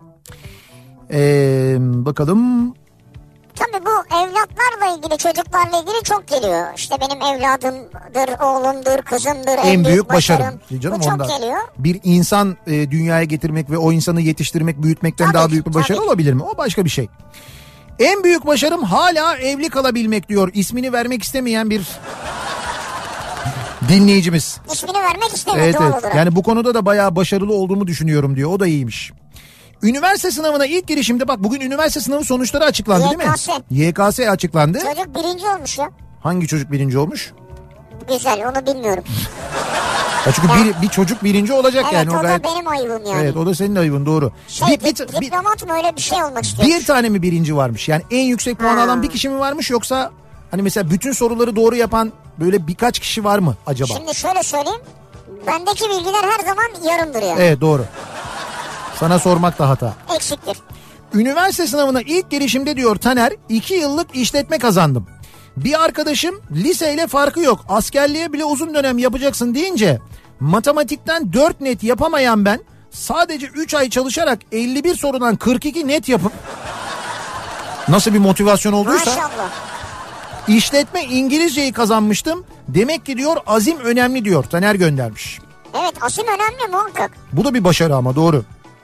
Bakalım. Tabii bu evlatlarla ilgili, çocuklarla ilgili çok geliyor. İşte benim evladımdır, oğlumdur, kızımdır. En büyük başarım. Canım, bu çok geliyor. Bir insan dünyaya getirmek ve o insanı yetiştirmek, büyütmekten daha büyük bir başarı olabilir mi? O başka bir şey. En büyük başarım hala evli kalabilmek diyor. İsmini vermek istemeyen bir dinleyicimiz. İsmini vermek istemiyor doğal olarak. Yani bu konuda da bayağı başarılı olduğumu düşünüyorum diyor. O da iyiymiş. Üniversite sınavına ilk girişimde, bak bugün üniversite sınavı sonuçları açıklandı değil mi? YKS açıklandı. Çocuk birinci olmuş ya. Hangi çocuk birinci olmuş? Güzel, onu bilmiyorum. Ya çünkü bir çocuk birinci olacak yani. Evet, o gayet... da benim ayıbım yani. Evet, o da senin ayıbın, doğru. Diplomat mı, öyle bir şey olmak istiyor. Bir tane mi birinci varmış? Yani en yüksek puan alan bir kişi mi varmış, yoksa hani mesela bütün soruları doğru yapan böyle birkaç kişi var mı acaba? Şimdi şöyle söyleyeyim. Bendeki bilgiler her zaman yarımdır yani. Evet, doğru. Sana sormak da hata. Eksiktir. Üniversite sınavına ilk girişimde diyor Taner, 2 yıllık işletme kazandım. Bir arkadaşım liseyle farkı yok, askerliğe bile uzun dönem yapacaksın deyince matematikten 4 net yapamayan ben sadece 3 ay çalışarak 51 sorudan 42 net yapıp, nasıl bir motivasyon olduysa, maşallah, işletme İngilizceyi kazanmıştım. Demek ki diyor azim önemli diyor, Taner göndermiş. Evet, azim önemli muhakkak. Bu da bir başarı ama, doğru.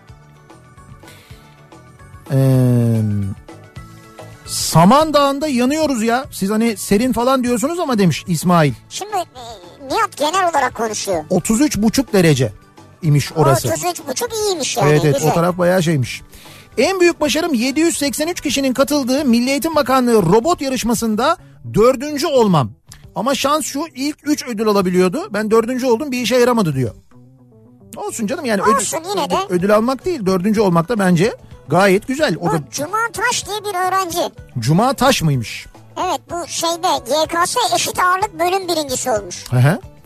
Samandağ'ında yanıyoruz ya. Siz hani serin falan diyorsunuz ama demiş İsmail. Şimdi Nihat genel olarak konuşuyor. 33,5 derece imiş orası. 33,5 iyiymiş yani. Evet, güzel. o taraf bayağı şeymiş. En büyük başarım 783 kişinin katıldığı Milli Eğitim Bakanlığı robot yarışmasında 4. olmam. Ama şans şu, ilk 3 ödül alabiliyordu. Ben 4. oldum, bir işe yaramadı diyor. Olsun canım yani, olsun, yine de. Ödül almak değil, 4. olmak da bence gayet güzel. O da... Cuma Taş diye bir öğrenci. Cuma Taş mıymış? Evet, bu şeyde YKS eşit ağırlık bölüm birincisi olmuş. Hı hı.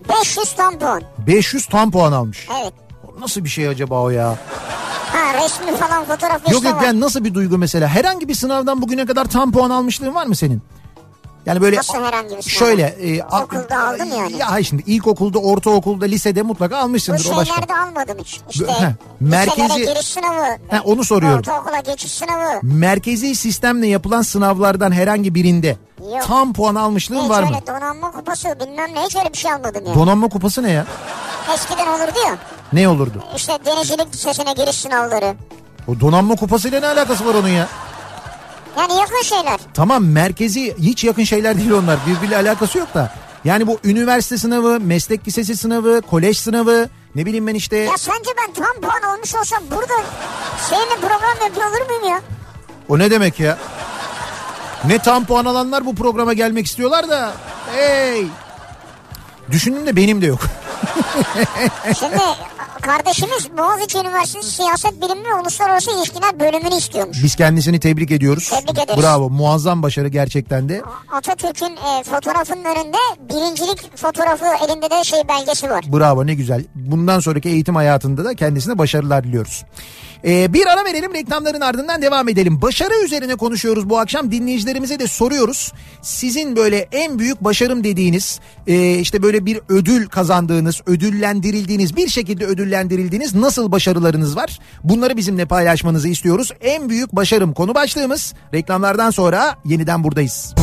500 tam puan. 500 tam puan almış. Evet. Nasıl bir şey acaba o ya? Ha, resmi falan fotoğrafı Yok var. yani nasıl bir duygu mesela? Herhangi bir sınavdan bugüne kadar tam puan almışlığın var mı senin? Yani böyle nasıl herhangi bir sınav? şöyle okulda aldın yani. Ya hayır, şimdi ilkokulda, ortaokulda, lisede mutlaka almışsındır. Bu O başka. şeylerde almadım hiç. İşte merkezi giriş sınavı. onu soruyorum. Ortaokula geçiş sınavı. Merkezi sistemle yapılan sınavlardan herhangi birinde yok. Tam puan almışlığın var mı? Hiç öyle donanma kupası bilmem ne, hiç öyle bir şey almadım ya. Donanma kupası ne ya? Eskiden olurdu ya. Ne olurdu? İşte denizcilik lisesine giriş sınavları. O donanma kupasıyla ne alakası var onun ya? Yani yakın şeyler. Tamam, merkezi hiç yakın şeyler değil onlar. Birbiriyle alakası yok da. Yani bu üniversite sınavı, meslek lisesi sınavı, kolej sınavı, ne bileyim ben işte. Ya sence ben tam puan olmuş olsam burada seninle program yapıyor olur muyum ya? O ne demek ya? Ne tam puan alanlar bu programa gelmek istiyorlar da. Hey! Düşündüm de benim de yok. Şimdi kardeşimiz Boğaziçi Üniversitesi Siyaset Bilimi ve Uluslararası İlişkiler bölümünü istiyormuş. Biz kendisini tebrik ediyoruz. Tebrik ederiz. Bravo, muazzam başarı gerçekten de. Atatürk'ün fotoğrafının önünde birincilik fotoğrafı, elinde de belgesi var. Bravo, ne güzel. Bundan sonraki eğitim hayatında da kendisine başarılar diliyoruz. Bir ara verelim, reklamların ardından devam edelim. Başarı üzerine konuşuyoruz bu akşam, dinleyicilerimize de soruyoruz. Sizin böyle en büyük başarım dediğiniz, işte böyle bir ödül kazandığınız, ödüllendirildiğiniz, bir şekilde ödüllendirildiğiniz nasıl başarılarınız var? Bunları bizimle paylaşmanızı istiyoruz. En büyük başarım konu başlığımız. Reklamlardan sonra yeniden buradayız.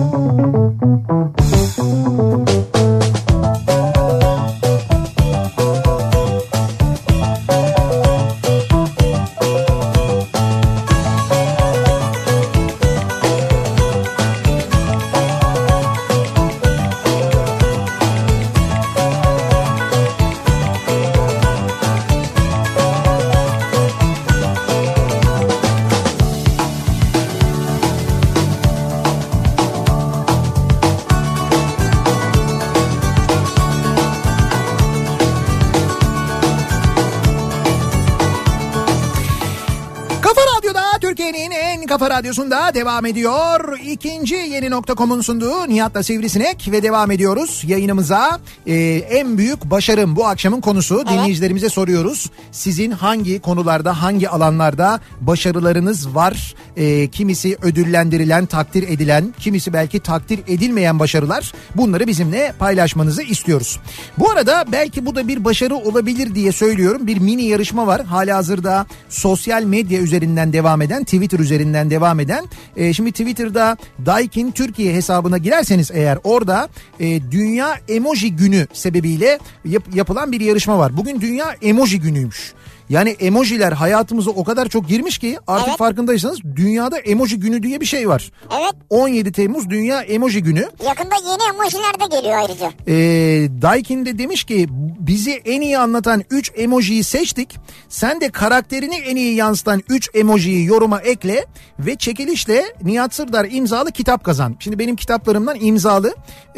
Kafa Radyosu'nda devam ediyor. İkinci yeni nokta.com'un sunduğu Nihat'la Sivrisinek ve devam ediyoruz yayınımıza. En büyük başarım bu akşamın konusu. Evet. Dinleyicilerimize soruyoruz. Sizin hangi konularda, hangi alanlarda başarılarınız var? Kimisi ödüllendirilen, takdir edilen, kimisi belki takdir edilmeyen başarılar. Bunları bizimle paylaşmanızı istiyoruz. Bu arada belki bu da bir başarı olabilir diye söylüyorum. Bir mini yarışma var. Halihazırda sosyal medya üzerinden devam eden, Twitter üzerinden devam eden. Şimdi Twitter'da Daikin Türkiye hesabına girerseniz eğer, orada Dünya Emoji Günü sebebiyle yapılan bir yarışma var. Bugün Dünya Emoji Günü'ymüş. Yani emojiler hayatımıza o kadar çok girmiş ki artık evet. Farkındaysanız dünyada emoji günü diye bir şey var. Evet. 17 Temmuz Dünya Emoji Günü. Yakında yeni emojiler de geliyor ayrıca. Daikin de demiş ki bizi en iyi anlatan 3 emojiyi seçtik. Sen de karakterini en iyi yansıtan 3 emojiyi yoruma ekle ve çekilişle Nihat Sırdar imzalı kitap kazan. Şimdi benim kitaplarımdan imzalı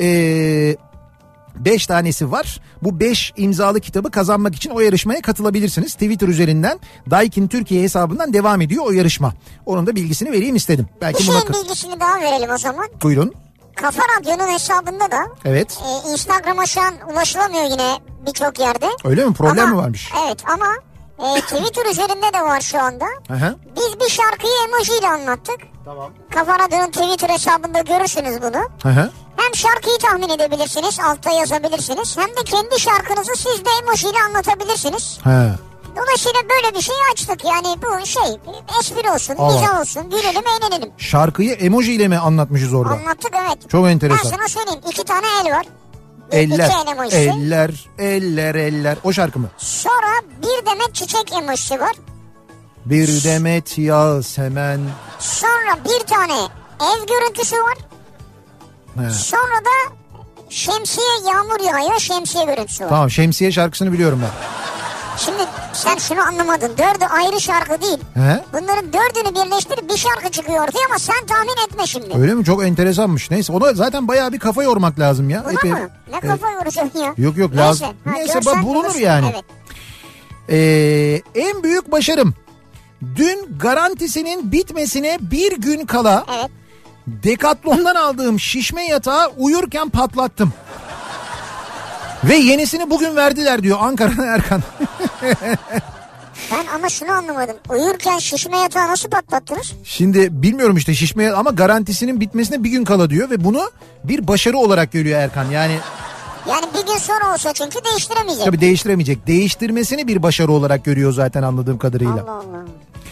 5 tanesi var. Bu 5 imzalı kitabı kazanmak için o yarışmaya katılabilirsiniz. Twitter üzerinden Daikin Türkiye hesabından devam ediyor o yarışma. Onun da bilgisini vereyim istedim. Belki bir şeyin bilgisini daha verelim o zaman. Buyurun. Kafa Radyo'nun hesabında da evet. Instagram'a şu an ulaşılamıyor yine birçok yerde. Öyle mi? Problem mi varmış? Evet ama Twitter üzerinde de var şu anda. Aha. Biz bir şarkıyı emojiyle anlattık. Tamam. Kafa Radyo'nun Twitter hesabında görürsünüz bunu. Aha. Hem şarkıyı tahmin edebilirsiniz, altta yazabilirsiniz. Hem de kendi şarkınızı siz de emojiyle anlatabilirsiniz. He. Dolayısıyla böyle bir şey açtık. Yani bu espri olsun, mizah olsun, gülelim, eğlenelim. Şarkıyı emojiyle mi anlatmışız orada? Anlattık, evet. Çok enteresan. Ben sana söyleyeyim, 2 tane el var. Eller, eller. O şarkı mı? Sonra bir demet çiçek emojisi var. Bir demet Yasemen. Sonra bir tane ev görüntüsü var. He. Sonra da şemsiye, yağmur yağıyor, şemsiye görüntüsü var. Tamam, şemsiye şarkısını biliyorum ben. Şimdi sen şunu anlamadın. 4'ü ayrı şarkı değil. He? Bunların 4'ünü birleştir, bir şarkı çıkıyor ortaya ama sen tahmin etme şimdi. Öyle mi? Çok enteresanmış. Neyse, ona zaten bayağı bir kafa yormak lazım ya. Buna mı? Ne kafa yoracaksın ya? Yok lazım. Neyse bulunur yani. Evet. En büyük başarım. Dün garantisinin bitmesine bir gün kala evet. Decathlon'dan aldığım şişme yatağı uyurken patlattım. Ve yenisini bugün verdiler diyor Ankara'da Erkan. Ben ama şunu anlamadım. Uyurken şişme yatağı nasıl patlattınız? Şimdi bilmiyorum işte şişmeye ama garantisinin bitmesine bir gün kala diyor ve bunu bir başarı olarak görüyor Erkan. Yani bir gün sonra olsa çünkü değiştiremeyecek. Tabii değiştiremeyecek. Değiştirmesini bir başarı olarak görüyor zaten anladığım kadarıyla. Allah Allah.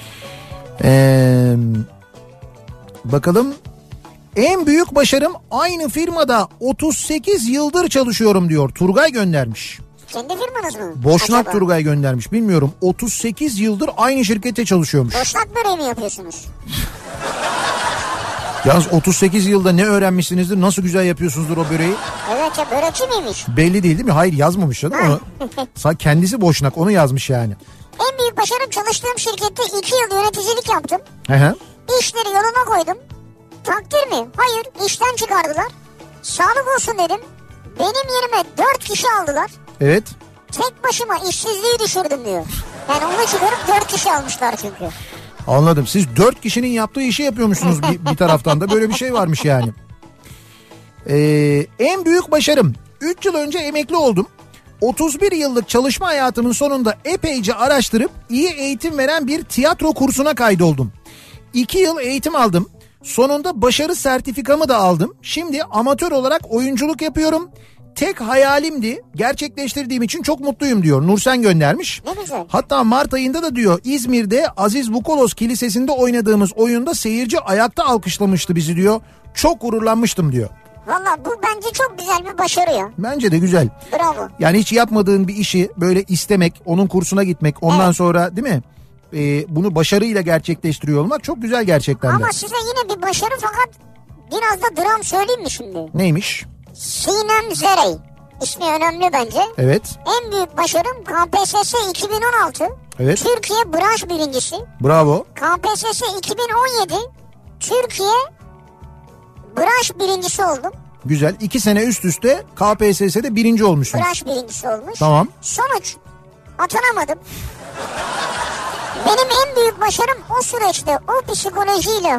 Bakalım. En büyük başarım aynı firmada 38 yıldır çalışıyorum diyor. Turgay göndermiş. Kendi firmanız mı? Boşnak acaba? Turgay göndermiş. Bilmiyorum. 38 yıldır aynı şirkette çalışıyormuş. Boşnak böreği mi yapıyorsunuz? Yalnız 38 yılda ne öğrenmişsinizdir? Nasıl güzel yapıyorsunuzdur o böreği? Evet ya, börekçi miymiş? Belli değil mi? Hayır, yazmamış canım onu. Kendisi Boşnak, onu yazmış yani. En büyük başarım çalıştığım şirkette 2 yıl yöneticilik yaptım. Hı. İşleri yoluna koydum. Takdir mi? Hayır, işten çıkardılar. Sağlık olsun dedim. Benim yerime 4 kişi aldılar. Evet. Tek başıma işsizliği düşürdüm diyor. Yani onu çıkarıp 4 kişi almışlar çünkü. Anladım. Siz 4 kişinin yaptığı işi yapıyormuşsunuz bir taraftan da. Böyle bir şey varmış yani. En büyük başarım. 3 yıl önce emekli oldum. 31 yıllık çalışma hayatımın sonunda epeyce araştırıp iyi eğitim veren bir tiyatro kursuna kaydoldum. 2 yıl eğitim aldım. Sonunda başarı sertifikamı da aldım. Şimdi amatör olarak oyunculuk yapıyorum. Tek hayalimdi, gerçekleştirdiğim için çok mutluyum diyor. Nursen göndermiş. Ne güzel. Hatta Mart ayında da diyor İzmir'de Aziz Bukolos Kilisesi'nde oynadığımız oyunda seyirci ayakta alkışlamıştı bizi diyor. Çok gururlanmıştım diyor. Valla bu bence çok güzel bir başarı ya. Bence de güzel. Bravo. Yani hiç yapmadığın bir işi böyle istemek, onun kursuna gitmek, ondan sonra değil mi? Bunu başarıyla gerçekleştiriyor olmak çok güzel gerçekten de. Ama size yine bir başarı, fakat biraz da dram söyleyeyim mi şimdi? Neymiş? Sinem Zerey. İsmi önemli bence. Evet. En büyük başarım KPSS 2016. Evet. Türkiye branş birincisi. Bravo. KPSS 2017. Türkiye branş birincisi oldum. Güzel. 2 sene üst üste KPSS'de birinci olmuşsun. Branş birincisi olmuş. Tamam. Sonuç, atanamadım. Benim en büyük başarım o süreçte o psikolojiyle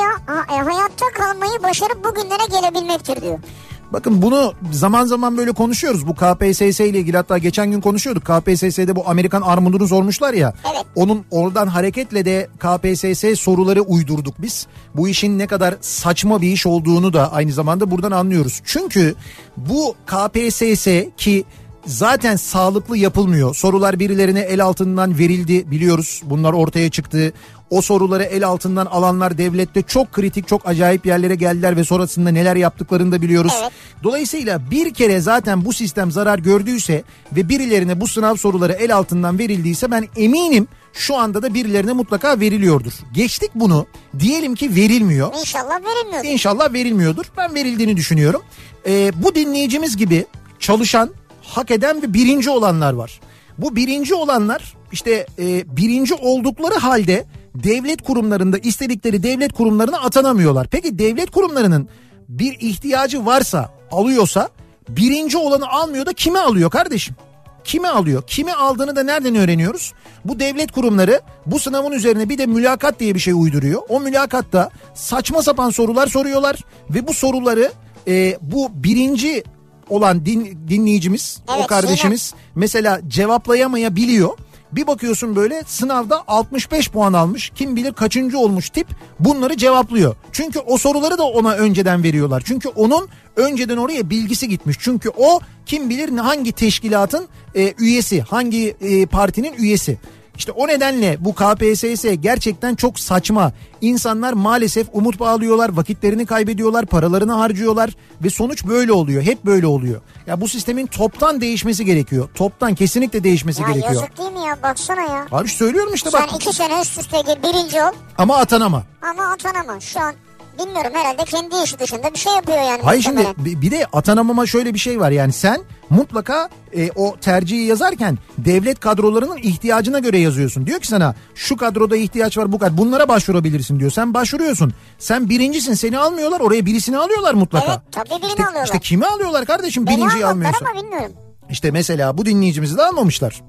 hayatta kalmayı başarıp bugünlere gelebilmektir diyor. Bakın bunu zaman zaman böyle konuşuyoruz. Bu KPSS ile ilgili, hatta geçen gün konuşuyorduk. KPSS'de bu Amerikan armudunu sormuşlar ya. Evet. Onun oradan hareketle de KPSS soruları uydurduk biz. Bu işin ne kadar saçma bir iş olduğunu da aynı zamanda buradan anlıyoruz. Çünkü bu KPSS ki zaten sağlıklı yapılmıyor. Sorular birilerine el altından verildi, biliyoruz. Bunlar ortaya çıktı. O soruları el altından alanlar devlette çok kritik, çok acayip yerlere geldiler ve sonrasında neler yaptıklarını da biliyoruz. Evet. Dolayısıyla bir kere zaten bu sistem zarar gördüyse ve birilerine bu sınav soruları el altından verildiyse ben eminim şu anda da birilerine mutlaka veriliyordur. Geçtik bunu. Diyelim ki verilmiyor. İnşallah verilmiyordur. İnşallah verilmiyordur. Ben verildiğini düşünüyorum. Bu dinleyicimiz gibi çalışan, hak eden ve birinci olanlar var. Bu birinci olanlar işte birinci oldukları halde devlet kurumlarında istedikleri devlet kurumlarına atanamıyorlar. Peki devlet kurumlarının bir ihtiyacı varsa, alıyorsa birinci olanı almıyor da kimi alıyor kardeşim? Kimi alıyor? Kimi aldığını da nereden öğreniyoruz? Bu devlet kurumları bu sınavın üzerine bir de mülakat diye bir şey uyduruyor. O mülakatta saçma sapan sorular soruyorlar ve bu soruları bu birinci olan dinleyicimiz, evet, o kardeşimiz mesela cevaplayamayabiliyor. Bir bakıyorsun böyle sınavda 65 puan almış, kim bilir kaçıncı olmuş tip bunları cevaplıyor. Çünkü o soruları da ona önceden veriyorlar. Çünkü onun önceden oraya bilgisi gitmiş. Çünkü o kim bilir hangi teşkilatın üyesi, hangi partinin üyesi. İşte o nedenle bu KPSS gerçekten çok saçma. İnsanlar maalesef umut bağlıyorlar, vakitlerini kaybediyorlar, paralarını harcıyorlar ve sonuç böyle oluyor. Hep böyle oluyor. Ya bu sistemin toptan değişmesi gerekiyor. Toptan kesinlikle değişmesi gerekiyor. Yazık değil mi ya, baksana ya. Abi söylüyorum işte bak. Sen 2 sene üst üste birinci ol. Ama atanama. Ama atanama. Şu an bilmiyorum, herhalde kendi işi dışında bir şey yapıyor yani. Hayır şimdi bir de atanamama şöyle bir şey var. Yani sen mutlaka o tercihi yazarken devlet kadrolarının ihtiyacına göre yazıyorsun. Diyor ki sana şu kadroda ihtiyaç var, bu kadar. Bunlara başvurabilirsin diyor. Sen başvuruyorsun. Sen birincisin, seni almıyorlar, oraya birisini alıyorlar mutlaka. Evet, tabii birini alıyorlar. İşte kimi alıyorlar kardeşim birinciyi almıyorsa. Ama bilmiyorum. İşte mesela bu dinleyicimizi de almamışlar.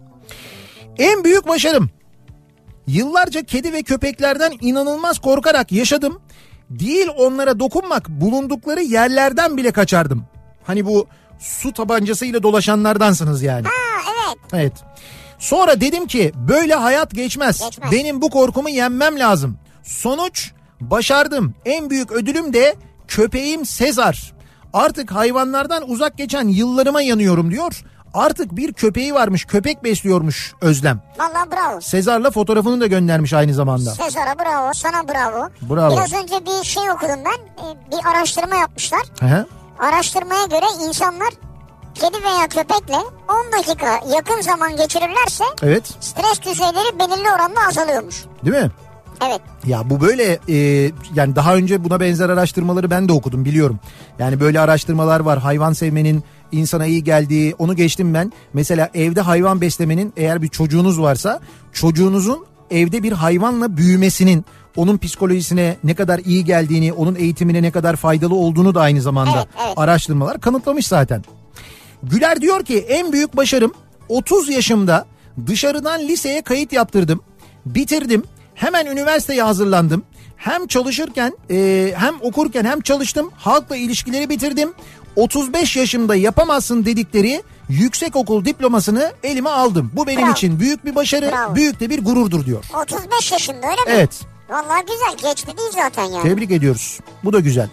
En büyük başarım. Yıllarca kedi ve köpeklerden inanılmaz korkarak yaşadım. Değil onlara dokunmak, bulundukları yerlerden bile kaçardım. Hani bu su tabancasıyla dolaşanlardansınız yani. Ha evet. Evet. Sonra dedim ki böyle hayat geçmez. Benim bu korkumu yenmem lazım. Sonuç başardım. En büyük ödülüm de köpeğim Sezar. Artık hayvanlardan uzak geçen yıllarıma yanıyorum diyor. Artık bir köpeği varmış, köpek besliyormuş Özlem. Vallahi bravo. Sezar'la fotoğrafını da göndermiş aynı zamanda. Sezar'a bravo, sana bravo. Bravo. Biraz önce bir şey okudum ben. Bir araştırma yapmışlar. Hı. Araştırmaya göre insanlar kedi veya köpekle 10 dakika yakın zaman geçirirlerse evet. Stres düzeyleri belirli oranda azalıyormuş. Değil mi? Evet. Ya bu böyle yani daha önce buna benzer araştırmaları ben de okudum, biliyorum. Yani böyle araştırmalar var, hayvan sevmenin insana iyi geldiği, onu geçtim ben. Mesela evde hayvan beslemenin, eğer bir çocuğunuz varsa çocuğunuzun evde bir hayvanla büyümesinin onun psikolojisine ne kadar iyi geldiğini, onun eğitimine ne kadar faydalı olduğunu da aynı zamanda araştırmalar kanıtlamış zaten. Güler diyor ki en büyük başarım 30 yaşımda dışarıdan liseye kayıt yaptırdım, bitirdim. Hemen üniversiteye hazırlandım. Hem çalışırken hem okurken hem çalıştım. Halkla ilişkileri bitirdim. 35 yaşımda yapamazsın dedikleri yüksekokul diplomasını elime aldım. Bu benim için büyük bir başarı, büyük de bir gururdur diyor. 35 yaşında öyle mi? Evet. Vallahi güzel, geç de değil zaten yani. Tebrik ediyoruz. Bu da güzel.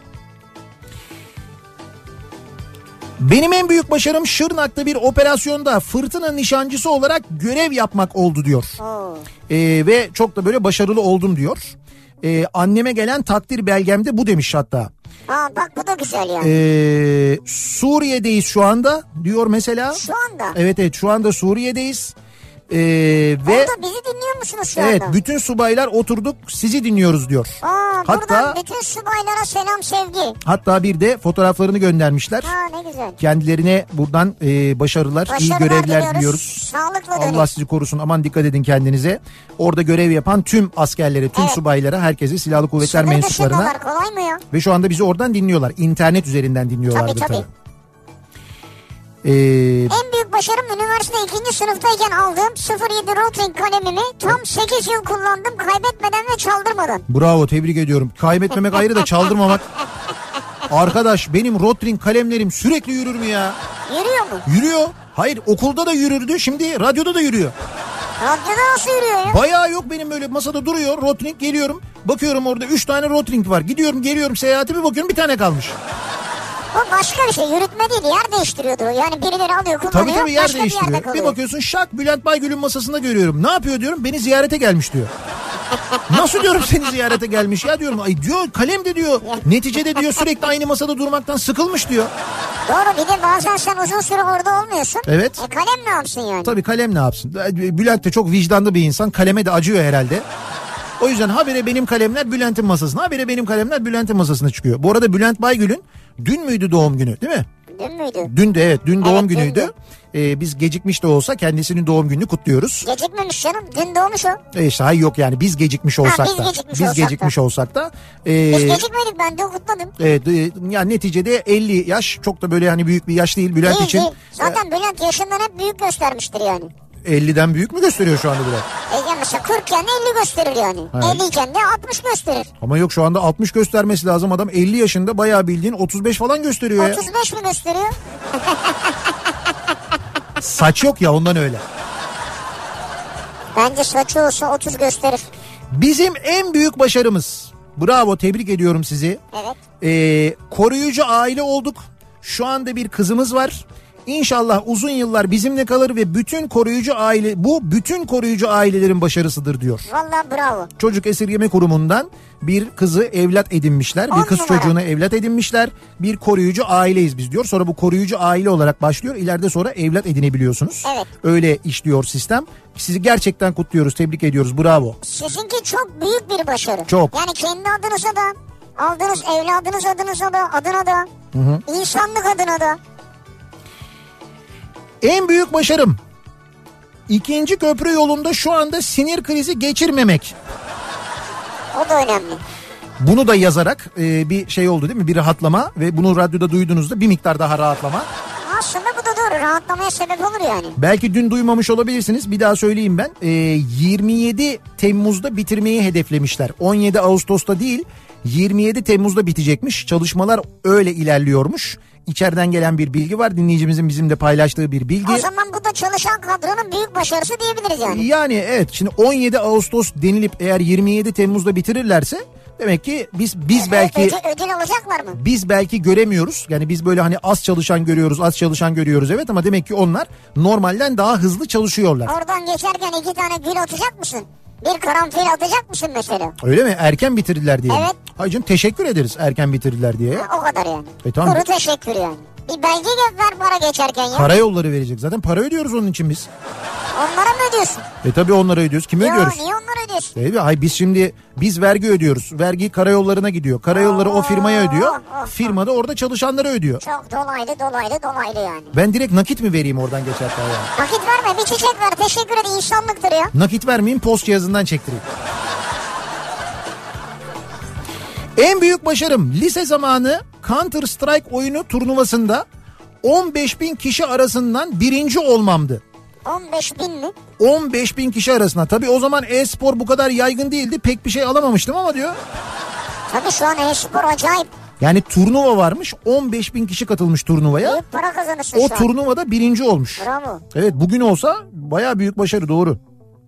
Benim en büyük başarım Şırnak'ta bir operasyonda fırtına nişancısı olarak görev yapmak oldu diyor. Ve çok da böyle başarılı oldum diyor. Anneme gelen takdir belgemde bu demiş hatta. Bak bu da güzel yani. Suriye'deyiz şu anda diyor mesela. Şu anda? Evet şu anda Suriye'deyiz. Ve orada bizi dinliyor musunuz şu anda? Evet, bütün subaylar oturduk sizi dinliyoruz diyor. Buradan bütün subaylara selam, sevgi. Hatta bir de fotoğraflarını göndermişler. Ne güzel. Kendilerine buradan başarılar, iyi görevler diliyoruz. Sağlıklı Allah dönün. sizi korusun, aman dikkat edin kendinize. Orada görev yapan tüm askerlere, tüm subaylara, herkese, silahlı kuvvetler mensuplarına. Kolay mı ya? Ve şu anda bizi oradan dinliyorlar. İnternet üzerinden dinliyorlardı tabii. En büyük başarım üniversite 2. sınıftayken aldığım 07 Rotring kalemimi tam 8 yıl kullandım, kaybetmeden ve çaldırmadan. Bravo, tebrik ediyorum. Kaybetmemek ayrı da çaldırmamak. Arkadaş benim Rotring kalemlerim sürekli yürür mü ya? Yürüyor mu? Yürüyor. Hayır, okulda da yürürdü, şimdi radyoda da yürüyor. Radyoda nasıl yürüyor ya? Bayağı yok, benim böyle masada duruyor Rotring, geliyorum. Bakıyorum orada 3 tane Rotring var. Gidiyorum geliyorum seyahatime, bakıyorum bir tane kalmış. O başka bir şey, yürütme değil, yer değiştiriyordur o. Yani birileri alıyor, kullanıyor, tabii yer başka değiştiriyor. Bir bakıyorsun şak Bülent Baygül'ün masasında görüyorum. Ne yapıyor diyorum, beni ziyarete gelmiş diyor. Nasıl diyorum seni ziyarete gelmiş ya diyorum. Ay diyor kalem de diyor. Neticede diyor sürekli aynı masada durmaktan sıkılmış diyor. Doğru, bir de bazen sen uzun süre orada olmuyorsun. Evet. Kalem ne yapsın yani? Tabii kalem ne yapsın? Bülent de çok vicdanlı bir insan. Kaleme de acıyor herhalde. O yüzden habire benim kalemler Bülent'in masasına, habire benim kalemler Bülent'in masasına çıkıyor. Bu arada Bülent Baygül'ün dün müydü doğum günü, değil mi? Dün müydü? Dün de dün doğum günüydü. Biz gecikmiş de olsa kendisinin doğum gününü kutluyoruz. Gecikmemiş canım, dün doğmuş o. İşte hayır yok yani biz gecikmiş olsak da. Biz gecikmiş olsak da. Biz gecikmedik, ben de kutladım. Evet, yani neticede 50 yaş çok da böyle hani büyük bir yaş değil Bülent için. Değil. Zaten Bülent yaşından hep büyük göstermiştir yani. 50'den büyük mü gösteriyor şu anda Bülent? Yani mesela 40 iken de 50 gösterir yani. 50 iken de 60 gösterir. Ama yok, şu anda 60 göstermesi lazım, adam 50 yaşında, bayağı bildiğin 35 falan gösteriyor 35 mi gösteriyor? Saç yok ya, ondan öyle. Bence saçı olsa 30 gösterir. Bizim en büyük başarımız. Bravo, tebrik ediyorum sizi. Evet. Koruyucu aile olduk. Şu anda bir kızımız var. İnşallah uzun yıllar bizimle kalır ve bütün koruyucu ailelerin başarısıdır diyor. Vallahi bravo. Çocuk Esirgeme Kurumu'ndan bir kızı evlat edinmişler. Bir kız çocuğunu evlat edinmişler. Bir koruyucu aileyiz biz diyor. Sonra bu koruyucu aile olarak başlıyor. İleride sonra evlat edinebiliyorsunuz. Evet. Öyle işliyor sistem. Sizi gerçekten kutluyoruz, tebrik ediyoruz. Bravo. Sizinki çok büyük bir başarı. Çok. Yani kendi adınıza da, aldığınız evladınız adına da, insanlık adına da. En büyük başarım 2. köprü yolunda şu anda sinir krizi geçirmemek. O da önemli. Bunu da yazarak bir şey oldu değil mi? Bir rahatlama ve bunu radyoda duyduğunuzda bir miktar daha rahatlama. Aslında bu da doğru, rahatlamaya sebep olur yani. Belki dün duymamış olabilirsiniz, bir daha söyleyeyim ben. 27 Temmuz'da bitirmeyi hedeflemişler. 17 Ağustos'ta değil, 27 Temmuz'da bitecekmiş. Çalışmalar öyle ilerliyormuş. içeriden gelen bir bilgi var. Dinleyicimizin bizimle paylaştığı bir bilgi. O zaman bu da çalışan kadronun büyük başarısı diyebiliriz yani. Yani evet, şimdi 17 Ağustos denilip eğer 27 Temmuz'da bitirirlerse demek ki biz belki ödül alacaklar mı? Biz belki göremiyoruz. Yani biz böyle hani az çalışan görüyoruz evet, ama demek ki onlar normalden daha hızlı çalışıyorlar. Oradan geçerken 2 tane gül atacak mısın? Bir karanfil atacak mısın mesela? Öyle mi? Erken bitirdiler diye. Evet. Hayır canım, teşekkür ederiz erken bitirdiler diye. Ha, o kadar yani. Tamam. Kuru teşekkür yani. Bir belge ver para geçerken ya. Karayolları verecek. Zaten para ödüyoruz onun için biz. Onlara mı ödüyorsun? Tabii onlara ödüyoruz. Kime ödüyoruz? Niye onlara ödüyorsun? Hayır, biz vergi ödüyoruz. Vergi karayollarına gidiyor. Karayolları o firmaya ödüyor. Firma da orada çalışanlara ödüyor. Çok dolaylı yani. Ben direkt nakit mi vereyim oradan geçerken yani? Nakit verme, bir çiçek ver. Teşekkür ederim, insanlıktır ya. Nakit vermeyeyim, post cihazından çektireyim. En büyük başarım lise zamanı Counter Strike oyunu turnuvasında 15.000 kişi arasından birinci olmamdı. 15.000 mi? 15.000 kişi arasında. Tabii o zaman e-spor bu kadar yaygın değildi. Pek bir şey alamamıştım ama diyor. Tabii şu an e-spor acayip. Yani turnuva varmış. 15.000 kişi katılmış turnuvaya. Büyük para kazanırsın o şu an. turnuvada birinci olmuş. Bravo. Evet, bugün olsa bayağı büyük başarı, doğru.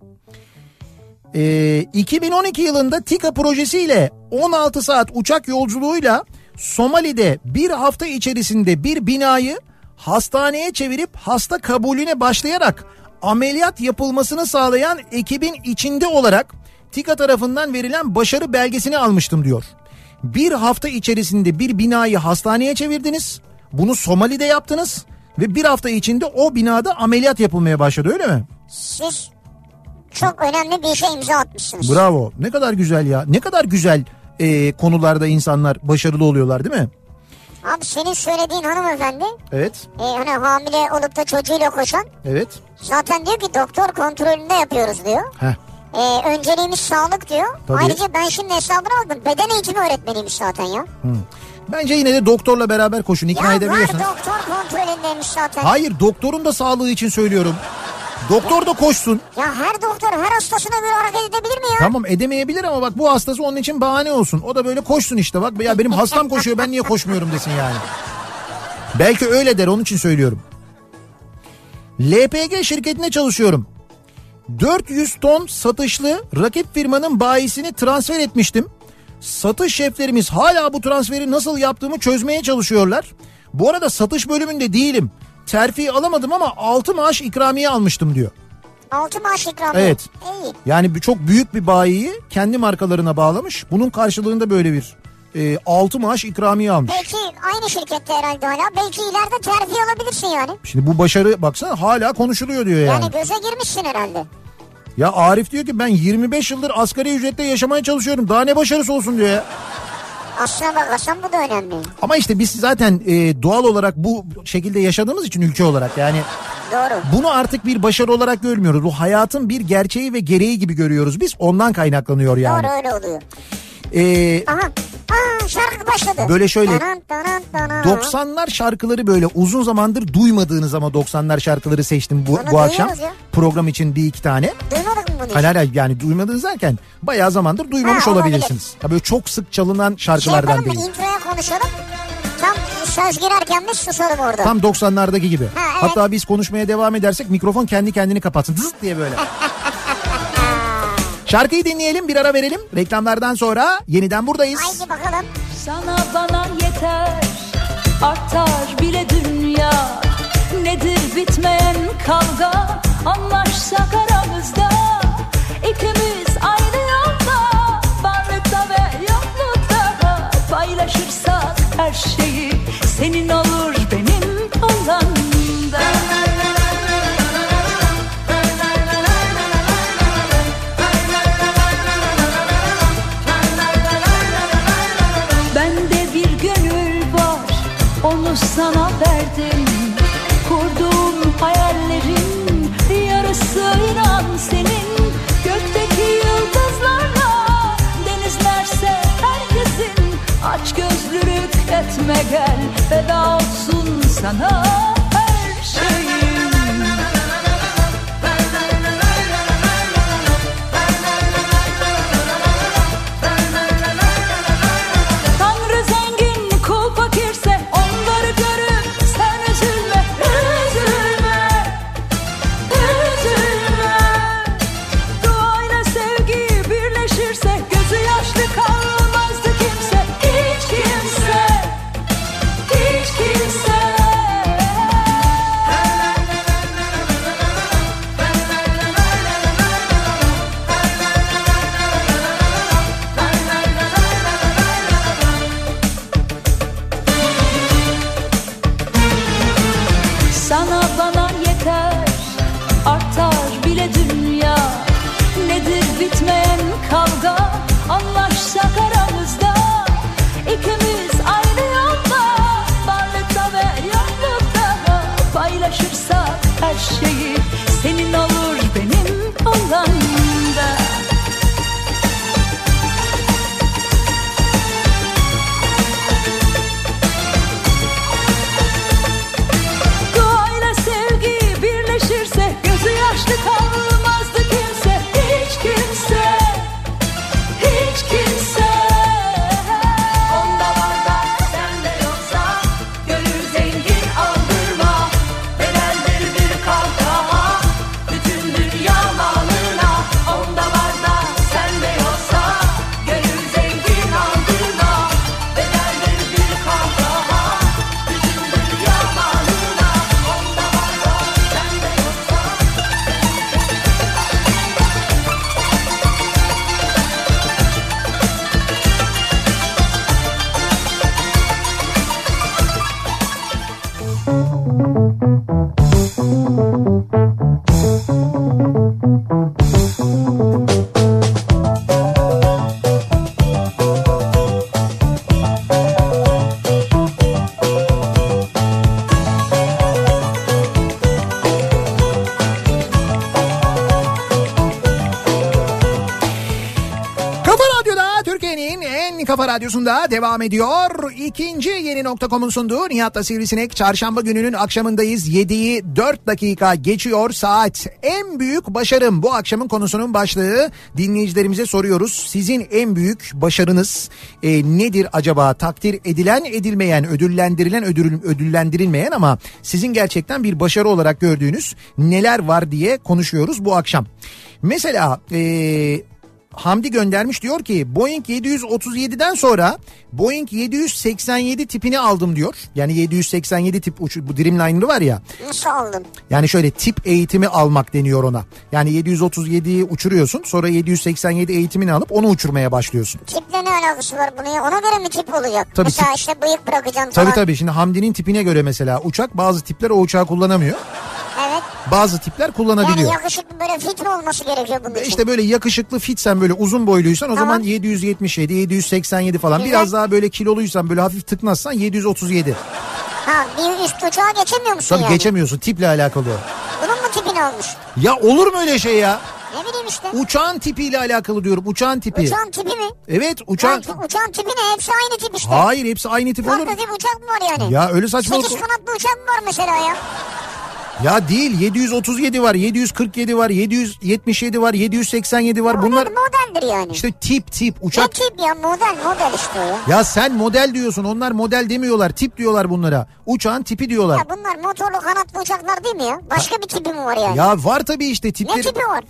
2012 yılında TİKA projesiyle 16 saat uçak yolculuğuyla Somali'de bir hafta içerisinde bir binayı hastaneye çevirip hasta kabulüne başlayarak ameliyat yapılmasını sağlayan ekibin içinde olarak TİKA tarafından verilen başarı belgesini almıştım diyor. Bir hafta içerisinde bir binayı hastaneye çevirdiniz. Bunu Somali'de yaptınız ve bir hafta içinde o binada ameliyat yapılmaya başladı, öyle mi? Siz çok önemli bir şey imza atmışsınız. Bravo. Ne kadar güzel ya. Ne kadar güzel konularda insanlar başarılı oluyorlar, değil mi? Abi senin söylediğin hanımefendi. Evet. Hani hamile olup da çocuğuyla koşan. Evet. Zaten diyor ki doktor kontrolünde yapıyoruz diyor. Heh. Önceliğimiz sağlık diyor. Tabii. Ayrıca ben şimdi hesabını aldım. Beden eğitimi öğretmeniymiş zaten ya. Bence yine de doktorla beraber koşun, ikna edebiliyorsanız. Ya var, doktor kontrolündeymiş zaten. Hayır, doktorun da sağlığı için söylüyorum. Doktor da koşsun. Ya her doktor her hastasına göre hareket edebilir mi ya? Tamam, edemeyebilir ama bak bu hastası onun için bahane olsun. O da böyle koşsun işte, bak ya benim hastam koşuyor, ben niye koşmuyorum desin yani. Belki öyle der, onun için söylüyorum. LPG şirketine çalışıyorum. 400 ton satışlı rakip firmanın bayisini transfer etmiştim. Satış şeflerimiz hala bu transferi nasıl yaptığımı çözmeye çalışıyorlar. Bu arada satış bölümünde değilim. Terfi alamadım ama 6 maaş ikramiye almıştım diyor. 6 maaş ikramiye. Evet. İyi. Yani çok büyük bir bayiyi kendi markalarına bağlamış. Bunun karşılığında böyle bir 6 maaş ikramiye almış. Belki aynı şirkette herhalde hala. Belki ileride terfi alabilirsin yani. Şimdi bu başarı baksana hala konuşuluyor diyor yani. Yani göze girmişsin herhalde. Ya Arif diyor ki ben 25 yıldır asgari ücretle yaşamaya çalışıyorum. Daha ne başarısı olsun diyor ya. Aslına bakarsan bu da önemli. Ama işte biz zaten doğal olarak bu şekilde yaşadığımız için ülke olarak yani. Doğru. Bunu artık bir başarı olarak görmüyoruz. Bu hayatın bir gerçeği ve gereği gibi görüyoruz biz. Ondan kaynaklanıyor yani. Doğru, öyle oluyor. Aha. Şarkı başladı. Böyle şöyle Taran, taran, taran. 90'lar şarkıları, böyle uzun zamandır duymadığınız ama 90'lar şarkıları seçtim bu akşam. Ya. Program için bir iki tane. Duymadık mı bunu? Hayır, yani duymadınız derken bayağı zamandır duymamış olabilirsiniz. Ya böyle çok sık çalınan şarkılardan değil. Introya konuşalım. Tam söz girerken biz susalım orada. Tam 90'lardaki gibi. Evet. Hatta biz konuşmaya devam edersek mikrofon kendi kendini kapatsın. Zıt diye böyle. Şarkıyı dinleyelim, bir ara verelim. Reklamlardan sonra yeniden buradayız. Haydi bakalım. Sana bana yeter, artar bile dünya. Nedir bitmeyen kavga, anlaşsak aramızda. İkimiz aynı yolda, varlıkta ve yoklukta. Paylaşırsak her şeyi, senin olur benim olanımda. Bende bir gönül var, onu sana verdim. Kurduğum hayallerin yarısı inan senin. Gökteki yıldızlarla denizlerse herkesin. Aç gözlülük etme gel, feda olsun sana her şeyim. Tanrı zengin, kul fakirse onları görür. sana bana yeter, artar bile dünya. Nedir bitmeyen kavga, anlaşsak aramızda. İkimiz aynı yolda, varlıkta ve yoklukta. Paylaşırsak her şeyi, senin olur benim olan da. Duayla sevgi birleşirse, gözü yaşlı kalmazdı kimse. Hiç kimse, hiç kimse. Onda var da sende yoksa, gönül zengin aldırma. Bedeldir bir kahkaha, bütün dünya malına. Onda var da sende yoksa, gönül zengin aldırma. Bedeldir bir kahkaha, bütün dünya malına. Onda var da sende yoksa. Kafa Radyo'da, Türkiye'nin en kafa radyosunda devam ediyor. İkinci yeni nokta.com'un sunduğu Nihat'la Sivrisinek. Çarşamba gününün akşamındayız. 7'yi 4 dakika geçiyor saat. En büyük başarım bu akşamın konusunun başlığı. Dinleyicilerimize soruyoruz. Sizin en büyük başarınız nedir acaba? Takdir edilen, edilmeyen, ödüllendirilen, ödüllendirilmeyen ama sizin gerçekten bir başarı olarak gördüğünüz neler var diye konuşuyoruz bu akşam. Mesela Hamdi göndermiş, diyor ki Boeing 737'den sonra Boeing 787 tipini aldım diyor. Yani 787 tip bu Dreamliner'ı var ya. Nasıl aldın? Yani şöyle tip eğitimi almak deniyor ona. Yani 737'yi uçuruyorsun, sonra 787 eğitimini alıp onu uçurmaya başlıyorsun. Tiple ne alakası var bunun ya? Ona göre mi tip olacak? Tabii mesela tip. işte bıyık bırakacaksın falan. Tabii şimdi Hamdi'nin tipine göre mesela uçak, bazı tipler o uçağı kullanamıyor. Evet. Bazı tipler kullanabiliyor. Yani yakışıklı böyle fit mi olması gerekiyor bunun için? İşte böyle yakışıklı fitsen, böyle uzun boyluysan o zaman 777, 787 falan. Güzel. Biraz daha böyle kiloluysan, böyle hafif tıknazsan 737. Ha, bir üst uçağa geçemiyor musun Tabii yani? geçemiyorsun, tiple alakalı o. Bunun mu tipini almış? Ya olur mu öyle şey ya? Ne bileyim işte. Uçağın tipiyle alakalı diyorum, uçağın tipi. Uçağın tipi mi? Evet uçağın. Uçağın tipi ne? Hepsi aynı tip işte. Hayır, hepsi aynı tip olur. Farklı tip uçak mı var yani? Ya öyle saçmalık. 8 kanatlı uçak mı var mesela ya? Ya değil, 737 var, 747 var, 777 var, 787 var. Bunlar modeldir yani. İşte tip uçak. Ne tip ya? Model işte o ya. Ya sen model diyorsun, onlar model demiyorlar, tip diyorlar bunlara. Uçağın tipi diyorlar. Ya bunlar motorlu kanatlı uçaklar değil mi ya? Başka bir tipi mi var yani? Ya var tabii işte tipleri. Ne tipi var?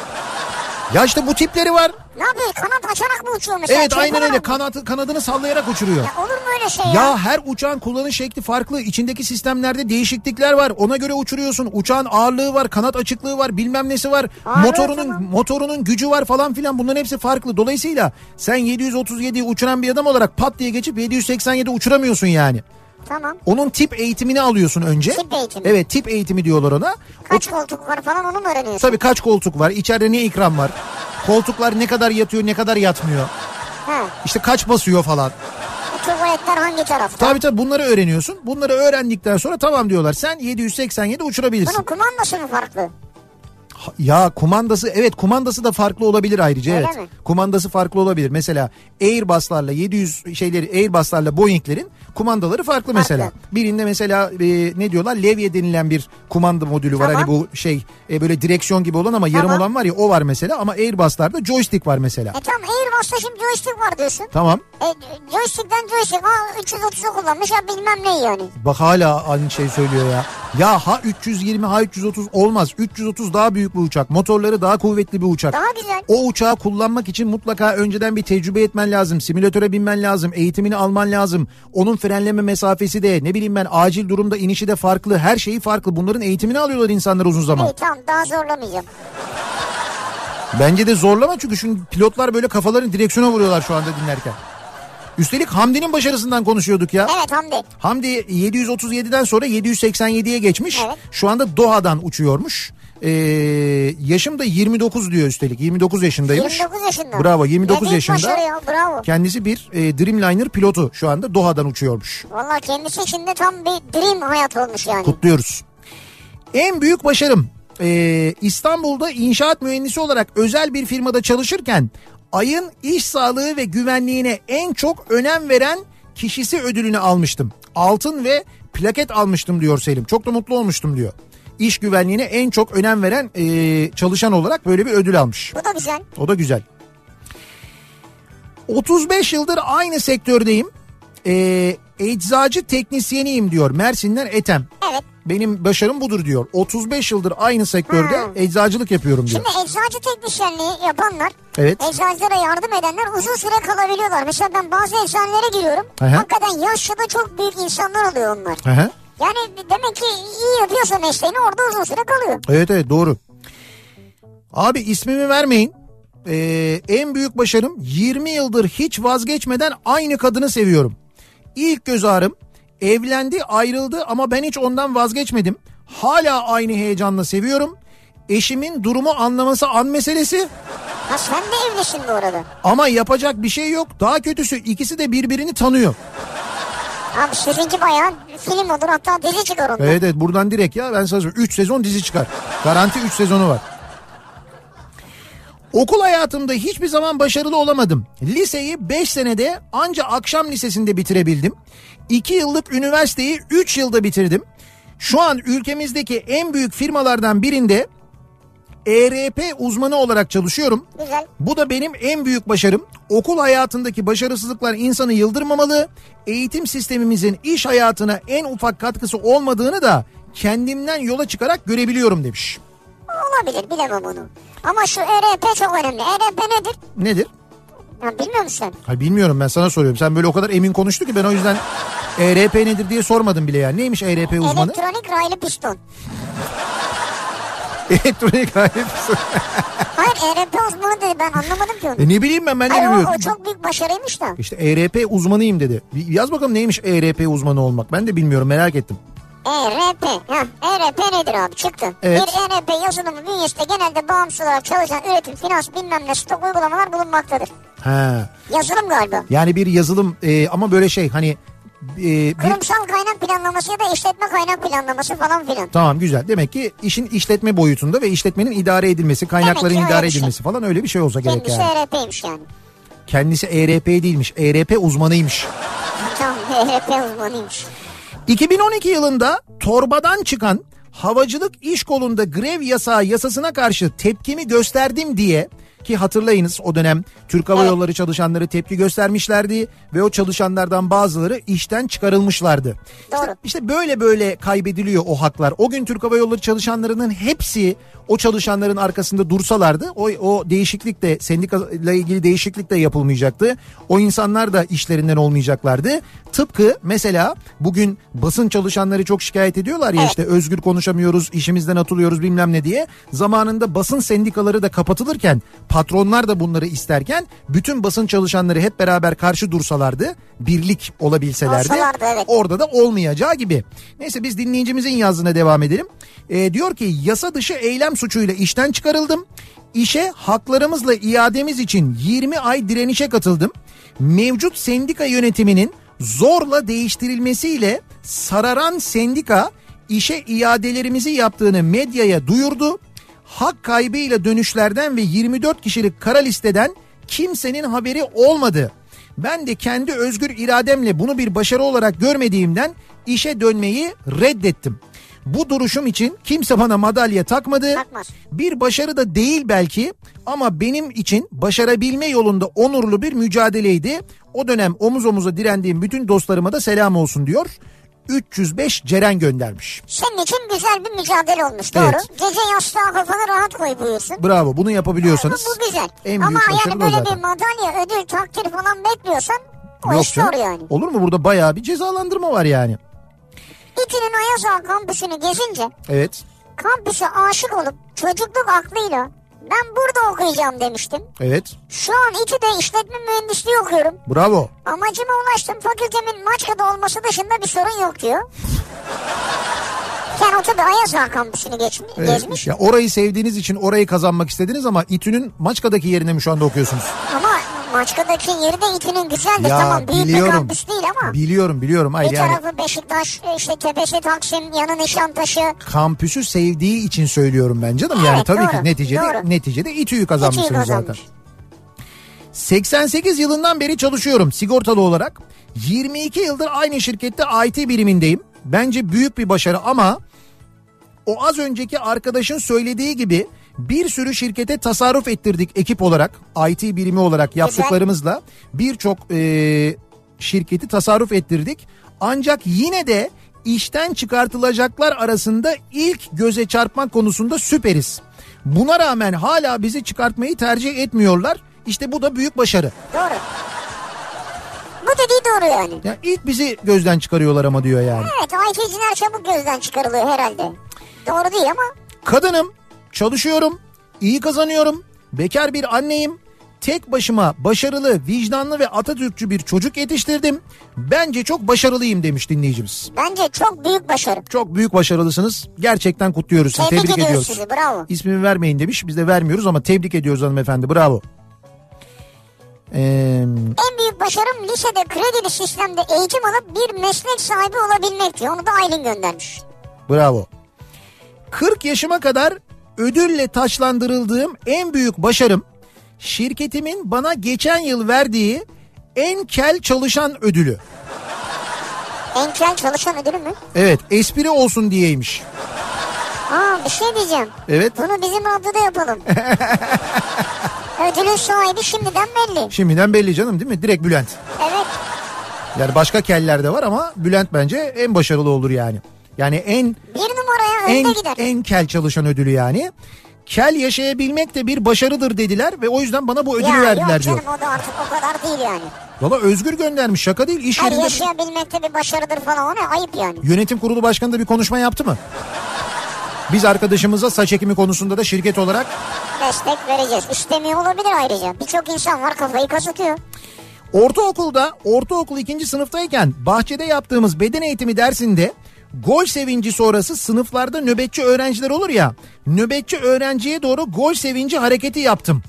Ya işte bu tipleri var. Ne yapıyor? Kanat açarak mı uçuyor mesela? Evet aynen öyle, Çırpınarak kanadını sallayarak uçuruyor. Ya olur mu öyle şey ya? Ya her uçağın kullanış şekli farklı. İçindeki sistemlerde değişiklikler var. Ona göre uçuruyorsun. Uçağın ağırlığı var, kanat açıklığı var, bilmem nesi var. Motorunun gücü var falan filan. Bunların hepsi farklı. Dolayısıyla sen 737'yi uçuran bir adam olarak pat diye geçip 787 uçuramıyorsun yani. Tamam. Onun tip eğitimini alıyorsun önce. Tip eğitimi. Evet, tip eğitimi diyorlar ona. Kaç koltuk var falan onu mu öğreniyorsun? Tabii kaç koltuk var, içeride ne ikram var. Koltuklar ne kadar yatıyor, ne kadar yatmıyor. He. İşte kaç basıyor falan. Tuvaletler hangi tarafta? Tabii bunları öğreniyorsun. Bunları öğrendikten sonra tamam diyorlar, sen 787 uçurabilirsin. Bunun kumandası mı farklı? Ya kumandası da farklı olabilir ayrıca. Öyle Evet. mi? Kumandası farklı olabilir. Mesela Airbus'larla Boeing'lerin kumandaları farklı mesela. Birinde mesela ne diyorlar? Levye denilen bir kumanda modülü var. Tamam. Hani bu böyle direksiyon gibi olan ama yarım olan var ya, o var mesela, ama Airbus'larda joystick var mesela. Tamam, Airbus'ta şimdi joystick var diyorsun. Tamam. Joystick'ten joystick 330'u kullanmış ya, bilmem ne yani. Bak hala aynı şey söylüyor ya. Ya ha 320 ha 330 olmaz. 330 daha büyük bir uçak. Motorları daha kuvvetli bir uçak. Daha güzel. O uçağı kullanmak için mutlaka önceden bir tecrübe etmen lazım. Simülatöre binmen lazım. Eğitimini alman lazım. Onun frenleme mesafesi de, ne bileyim ben, acil durumda inişi de farklı. Her şeyi farklı. Bunların eğitimini alıyorlar insanlar uzun zaman. İyi tamam, daha zorlamayacağım. Bence de zorlama, çünkü pilotlar böyle kafalarını direksiyona vuruyorlar şu anda dinlerken. Üstelik Hamdi'nin başarısından konuşuyorduk ya. Evet, Hamdi. Hamdi 737'den sonra 787'ye geçmiş. Evet. Şu anda Doha'dan uçuyormuş. Yaşım da 29 diyor üstelik. 29 yaşındaymış. 29 yaşında. Bravo, 29 yaşında. Başarı ya, bravo. Kendisi bir Dreamliner pilotu, şu anda Doha'dan uçuyormuş. Valla kendisi için de tam bir dream hayat olmuş yani. Kutluyoruz. En büyük başarım İstanbul'da inşaat mühendisi olarak özel bir firmada çalışırken ayın iş sağlığı ve güvenliğine en çok önem veren kişisi ödülünü almıştım. Altın ve plaket almıştım diyor Selim. Çok da mutlu olmuştum diyor. İş güvenliğine en çok önem veren çalışan olarak böyle bir ödül almış. Bu da güzel. O da güzel. 35 yıldır aynı sektördeyim. Eczacı teknisyeniyim diyor Mersin'den Ethem. Evet. Benim başarım budur diyor. 35 yıldır aynı sektörde eczacılık yapıyorum diyor. Şimdi eczacı teknisyenliği yapanlar, evet, eczacılara yardım edenler uzun süre kalabiliyorlar. Mesela ben bazı eczanelere giriyorum. Aha. Hakikaten yaşlı da çok büyük insanlar oluyor onlar. Aha. Yani demek ki iyi yapıyorsa mesleğini, orada uzun süre kalıyor. Evet evet, doğru. Abi ismimi vermeyin. En büyük başarım 20 yıldır hiç vazgeçmeden aynı kadını seviyorum. İlk göz ağrım, evlendi ayrıldı ama ben hiç ondan vazgeçmedim. Hala aynı heyecanla seviyorum. Eşimin durumu anlaması an meselesi. Ha, sen de evlisin bu arada. Ama yapacak bir şey yok. Daha kötüsü ikisi de birbirini tanıyor. Abi sizinki bayağı film olur, hatta dizi çıkar ondan. Evet evet, buradan direkt ya ben sana söyleyeyim. 3 sezon dizi çıkar. Garanti 3 sezonu var. Okul hayatımda hiçbir zaman başarılı olamadım. Liseyi 5 senede anca akşam lisesinde bitirebildim. 2 yıllık üniversiteyi 3 yılda bitirdim. Şu an ülkemizdeki en büyük firmalardan birinde ERP uzmanı olarak çalışıyorum. Güzel. Bu da benim en büyük başarım. Okul hayatındaki başarısızlıklar insanı yıldırmamalı. Eğitim sistemimizin iş hayatına en ufak katkısı olmadığını da kendimden yola çıkarak görebiliyorum demiş. Olabilir, bilemem onu. Ama şu ERP çok önemli. ERP nedir? Nedir? Ya bilmiyor musun sen? Hayır, bilmiyorum, ben sana soruyorum. Sen böyle o kadar emin konuştu ki ben o yüzden ERP nedir diye sormadım bile yani. Neymiş ERP uzmanı? Elektronik raylı piston. Elektronik raylı piston. Hayır, ERP uzmanı dedi, ben anlamadım ki onu. Ne bileyim ben de Hayır, bilmiyorum. o çok büyük başarıymış da. İşte ERP uzmanıyım dedi. Yaz bakalım neymiş ERP uzmanı olmak. Ben de bilmiyorum, merak ettim. ERP. ERP nedir abi? Çıktı. Evet. Bir ERP yazılımı bünyesinde genelde bağımsız olarak çalışan üretim, finans, bilmem ne stok uygulamalar bulunmaktadır. Ha. Yazılım galiba. Yani bir yazılım ama böyle şey hani... Kurumsal kaynak planlaması ya da işletme kaynak planlaması falan filan. Tamam, güzel. Demek ki işin işletme boyutunda ve işletmenin idare edilmesi, kaynakların idare edilmesi falan öyle bir şey olsa gerek kendisi yani. Kendisi ERP'ymiş yani. Kendisi ERP değilmiş. ERP uzmanıymış. Tamam, ERP uzmanıymış. 2012 yılında torbadan çıkan havacılık iş kolunda grev yasasına karşı tepkimi gösterdim diye, ki hatırlayınız o dönem Türk Hava Yolları çalışanları tepki göstermişlerdi ve o çalışanlardan bazıları işten çıkarılmışlardı. Doğru. İşte böyle kaybediliyor o haklar. O gün Türk Hava Yolları çalışanlarının hepsi o çalışanların arkasında dursalardı o değişiklik de, sendikayla ilgili değişiklik de yapılmayacaktı. O insanlar da işlerinden olmayacaklardı. Tıpkı mesela bugün basın çalışanları çok şikayet ediyorlar ya, işte özgür konuşamıyoruz, işimizden atılıyoruz bilmem ne diye. Zamanında basın sendikaları da kapatılırken, patronlar da bunları isterken bütün basın çalışanları hep beraber karşı dursalardı, birlik olabilselerdi, evet. Orada da olmayacağı gibi. Neyse, biz dinleyicimizin yazdığına devam edelim. Diyor ki yasa dışı eylem suçuyla işten çıkarıldım. İşe haklarımızla iademiz için 20 ay direnişe katıldım. Mevcut sendika yönetiminin zorla değiştirilmesiyle sararan sendika işe iadelerimizi yaptığını medyaya duyurdu. Hak kaybıyla dönüşlerden ve 24 kişilik kara listeden kimsenin haberi olmadı. Ben de kendi özgür irademle bunu bir başarı olarak görmediğimden işe dönmeyi reddettim. Bu duruşum için kimse bana madalya takmadı. Takmaz. Bir başarı da değil belki ama benim için başarabilme yolunda onurlu bir mücadeleydi. O dönem omuz omuza direndiğim bütün dostlarıma da selam olsun diyor. 305 Ceren göndermiş. Senin için güzel bir mücadele olmuş, doğru. Evet. Gece yastığa kafanı rahat koy buyursun. Bravo, bunu yapabiliyorsanız. Bu güzel. En ama büyük yani başarı böyle o zaten. bir madalya, ödül, takdir falan bekliyorsan o Yok iş zor canım. yani. Olur mu, burada bayağı bir cezalandırma var yani. İTÜ'nün Ayazağa kampüsünü gezince Evet. kampüse aşık olup çocukluk aklıyla Ben burada okuyacağım demiştim. Evet. Şu an İTÜ'de işletme mühendisliği okuyorum. Bravo. Amacıma ulaştım. Fakültemin Maçka'da olması dışında bir sorun yok diyor. Yani o tabii Ayasağ kampüsünü gezmiş. Ya orayı sevdiğiniz için orayı kazanmak istediniz ama İTÜ'nün Maçka'daki yerine mi şu anda okuyorsunuz? Ama Maçka'daki yeri de İTÜ'nün güzeldir. Ya, Tamam büyük bir kampüs değil ama. Biliyorum. Hayır, bir tarafı Beşiktaş, işte tepesi Taksim, yanı Nişantaşı. Kampüsü sevdiği için söylüyorum ben canım. Evet, yani tabii doğru, ki neticede İTÜ'yü kazanmışsınız zaten. 88 yılından beri çalışıyorum sigortalı olarak. 22 yıldır aynı şirkette IT birimindeyim. Bence büyük bir başarı ama o az önceki arkadaşın söylediği gibi bir sürü şirkete tasarruf ettirdik ekip olarak, IT birimi olarak yaptıklarımızla birçok şirketi tasarruf ettirdik. Ancak yine de işten çıkartılacaklar arasında ilk göze çarpmak konusunda süperiz. Buna rağmen hala bizi çıkartmayı tercih etmiyorlar. İşte bu da büyük başarı. Doğru. Bu dediği doğru yani. Ya ilk bizi gözden çıkarıyorlar ama diyor yani. Evet, IT'ciler çabuk gözden çıkarılıyor herhalde. Doğru değil ama. Kadınım, çalışıyorum, iyi kazanıyorum, bekar bir anneyim. Tek başıma başarılı, vicdanlı ve Atatürkçü bir çocuk yetiştirdim. Bence çok başarılıyım demiş dinleyicimiz. Bence çok büyük başarı. Çok büyük başarılısınız. Gerçekten kutluyoruz sizi. Tebrik ediyoruz. Sizi, bravo. İsmimi vermeyin demiş. Biz de vermiyoruz ama tebrik ediyoruz hanımefendi. Bravo. En büyük başarım lisede kredili sistemde eğitim alıp bir meslek sahibi olabilmek diyor. Onu da Aylin göndermiş. Bravo. 40 yaşıma kadar ödülle taçlandırıldığım en büyük başarım şirketimin bana geçen yıl verdiği en kel çalışan ödülü. En kel çalışan ödülü mü? Evet, espri olsun diyeymiş. Bir şey diyeceğim. Evet. Bunu bizim radyoda yapalım. Ödülün sahibi şimdiden belli. Şimdiden belli canım, değil mi? Direkt Bülent. Evet. Yani başka keller de var ama Bülent bence en başarılı olur yani. Yani bir numaraya önde gider. En kel çalışan ödülü yani. Kel yaşayabilmek de bir başarıdır dediler ve o yüzden bana bu ödülü verdiler diyor. Yok canım, o da artık o kadar değil yani. Valla Özgür göndermiş, şaka değil. İş yerinde yaşayabilmek de bir başarıdır falan, o ne ayıp yani. Yönetim kurulu başkanı da bir konuşma yaptı mı? Biz arkadaşımıza saç ekimi konusunda da şirket olarak destek vereceğiz. İstemiyor olabilir ayrıca. Birçok insan var kafayı kazıtıyor. Ortaokul 2. sınıftayken bahçede yaptığımız beden eğitimi dersinde gol sevinci sonrası sınıflarda nöbetçi öğrenciler olur ya. Nöbetçi öğrenciye doğru gol sevinci hareketi yaptım.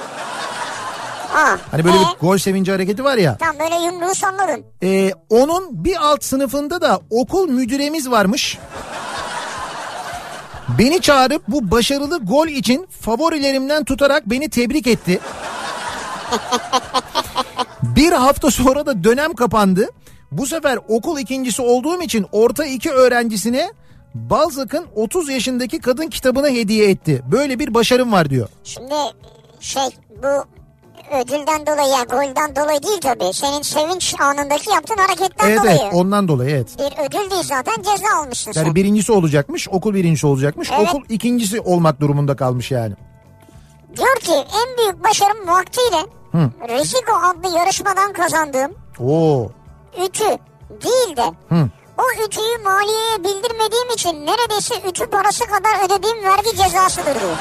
Hani böyle bir gol sevinci hareketi var ya. Tam böyle yumruğu salladın. Onun bir alt sınıfında da okul müdüremiz varmış. Beni çağırıp bu başarılı gol için favorilerimden tutarak beni tebrik etti. Bir hafta sonra da dönem kapandı. Bu sefer okul ikincisi olduğum için orta 2 öğrencisine Balzac'ın 30 yaşındaki kadın kitabını hediye etti. Böyle bir başarım var diyor. Şimdi bu ödülden dolayı, yani golden dolayı değil tabii. Senin sevinç anındaki yaptığın hareketten dolayı. Evet, ondan dolayı evet. Bir ödül değil zaten, ceza almışsın sen. Yani birincisi olacakmış, okul birincisi olacakmış. Evet. Okul ikincisi olmak durumunda kalmış yani. Diyor ki en büyük başarım vaktiyle Risiko adlı yarışmadan kazandığım ütü değil de o ütüyü maliyeye bildirmediğim için neredeyse ütü parası kadar ödediğim vergi cezasıdır diyor.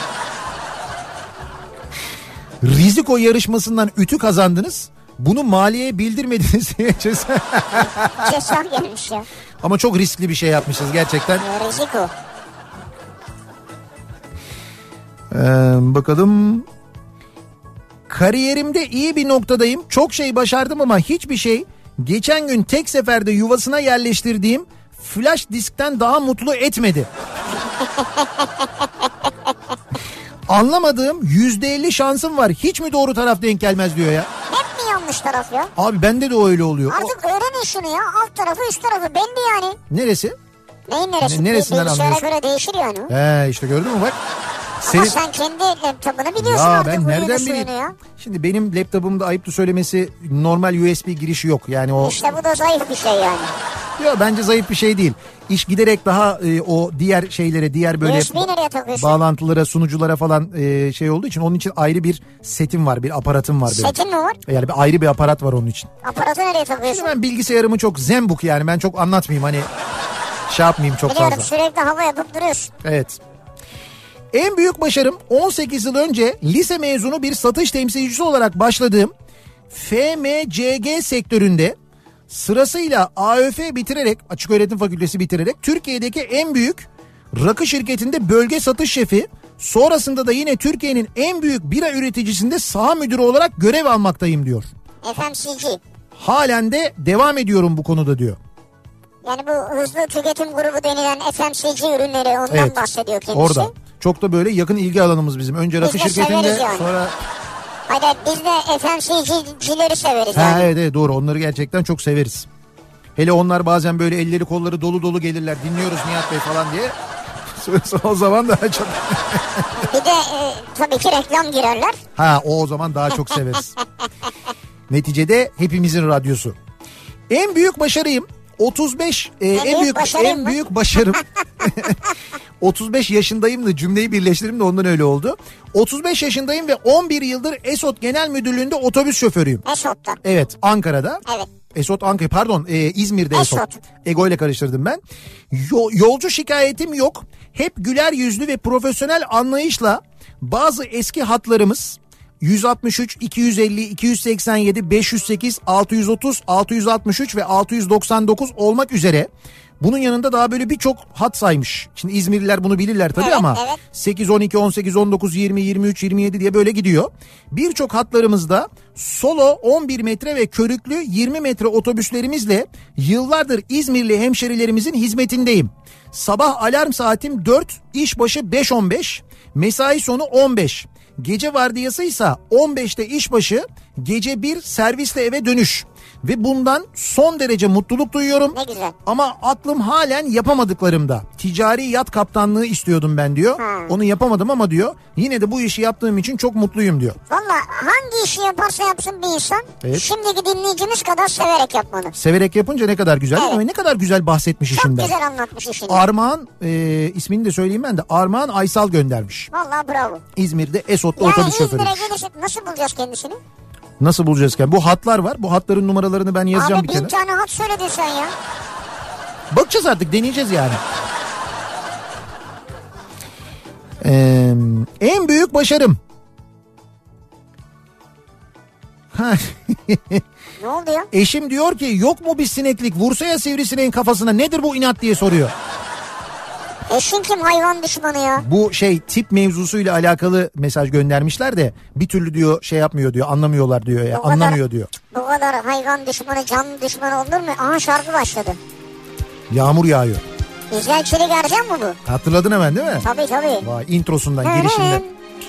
Riziko yarışmasından ütü kazandınız. Bunu maliyeye bildirmediniz diye ceza. Ceza gelmiş ya. Ama çok riskli bir şey yapmışız gerçekten. Riziko. Bakalım. Kariyerimde iyi bir noktadayım. Çok şey başardım ama hiçbir şey geçen gün tek seferde yuvasına yerleştirdiğim flash diskten daha mutlu etmedi. Anlamadığım %50 şansım var. Hiç mi doğru taraf denk gelmez diyor ya. Hep mi yanlış taraf ya? Abi bende de öyle oluyor. Artık öğrenin şunu ya. Alt tarafı üst tarafı belli yani. Neresi? Neyin neresi? Neresinden anlıyorsun? Bilgisayara göre değişir yani. İşte gördün mü bak. Ama sen kendi laptopunu biliyorsun ya artık. Ben nereden bileyim? Ya. Şimdi benim laptopumda ayıptı söylemesi normal USB girişi yok. Yani o. İşte bu da zayıf bir şey yani. Yok, bence zayıf bir şey değil. İş giderek daha o diğer şeylere, diğer böyle bağlantılara, sunuculara falan şey olduğu için onun için ayrı bir setim var, bir aparatım var benim. Setin mi var? Yani ayrı bir aparat var onun için. Aparatı nereye takıyorsun? Şimdi ben bilgisayarımı çok zembuk, yani ben çok anlatmayayım, hani şey yapmayayım çok biliyorum, fazla. Sürekli hava yapıp duruyorsun. Evet. En büyük başarım 18 yıl önce lise mezunu bir satış temsilcisi olarak başladığım FMCG sektöründe sırasıyla AÖF bitirerek, Açık Öğretim Fakültesi bitirerek Türkiye'deki en büyük rakı şirketinde bölge satış şefi, sonrasında da yine Türkiye'nin en büyük bira üreticisinde saha müdürü olarak görev almaktayım diyor. FMCG. Halen de devam ediyorum bu konuda diyor. Yani bu hızlı tüketim grubu denilen FMCG ürünleri, ondan bahsediyor kendisi. Orada. Çok da böyle yakın ilgi alanımız bizim. Önce rakı şirketinde yani. Sonra... Hayır, biz de FMCG'cileri severiz yani. Evet doğru, onları gerçekten çok severiz. Hele onlar bazen böyle elleri kolları dolu dolu gelirler, dinliyoruz Nihat Bey falan diye. O zaman daha çok. Bir de tabii ki reklam girerler. O zaman daha çok severiz. Neticede hepimizin radyosu. En büyük başarıyım 35 en büyük başarım 35 yaşındayım da cümleyi birleştirdim de ondan öyle oldu. 35 yaşındayım ve 11 yıldır Esot Genel Müdürlüğü'nde otobüs şoförüyüm. Esot'ta. Evet, Ankara'da. Evet. Esot Ankara, pardon, İzmir'de Esot. Ego ile karıştırdım ben. Yolcu şikayetim yok. Hep güler yüzlü ve profesyonel anlayışla bazı eski hatlarımız 163, 250, 287, 508, 630, 663 ve 699 olmak üzere bunun yanında daha böyle birçok hat saymış. Şimdi İzmirliler bunu bilirler tabii ama 8, 12, 18, 19, 20, 23, 27 diye böyle gidiyor. Birçok hatlarımızda solo 11 metre ve körüklü 20 metre otobüslerimizle yıllardır İzmirli hemşerilerimizin hizmetindeyim. Sabah alarm saatim 4, iş başı 5.15, mesai sonu 15. Gece vardiyasıysa 15'te işbaşı, gece 1 servisle eve dönüş. Ve bundan son derece mutluluk duyuyorum. Ne güzel. Ama aklım halen yapamadıklarımda. Ticari yat kaptanlığı istiyordum ben diyor. Onu yapamadım ama diyor, yine de bu işi yaptığım için çok mutluyum diyor. Valla hangi işi yaparsa yapsın bir insan, şimdiki dinleyicimiz kadar severek yapmalı. Severek yapınca ne kadar güzel değil mi? Ne kadar güzel bahsetmiş işinden. Çok güzel anlatmış işini. Armağan, ismini de söyleyeyim ben de, Armağan Aysal göndermiş. Valla bravo. İzmir'de Esot'ta otobüs şoförü. İzmir'e gelirsek nasıl bulacağız kendisini? Nasıl bulacağız ki? Bu hatlar var. Bu hatların numaralarını ben yazacağım abi, bir kere. Abi 1000 tane hat söyledin sen ya. Bakacağız artık, deneyeceğiz yani. En büyük başarım. Ne oldu ya? Eşim diyor ki yok mu bir sineklik, vursa ya sivrisineğin kafasına, nedir bu inat diye soruyor. Eşin kim, hayvan düşmanı ya? Bu tip mevzusuyla alakalı mesaj göndermişler de bir türlü diyor yapmıyor diyor, anlamıyorlar diyor ya, anlamıyor diyor. Bu kadar hayvan düşmanı, canlı düşmanı olur mu? Aha, şarkı başladı. Yağmur yağıyor. İzel Çelik Ercan mı bu? Hatırladın hemen değil mi? Tabii. Vay, introsundan, girişinden.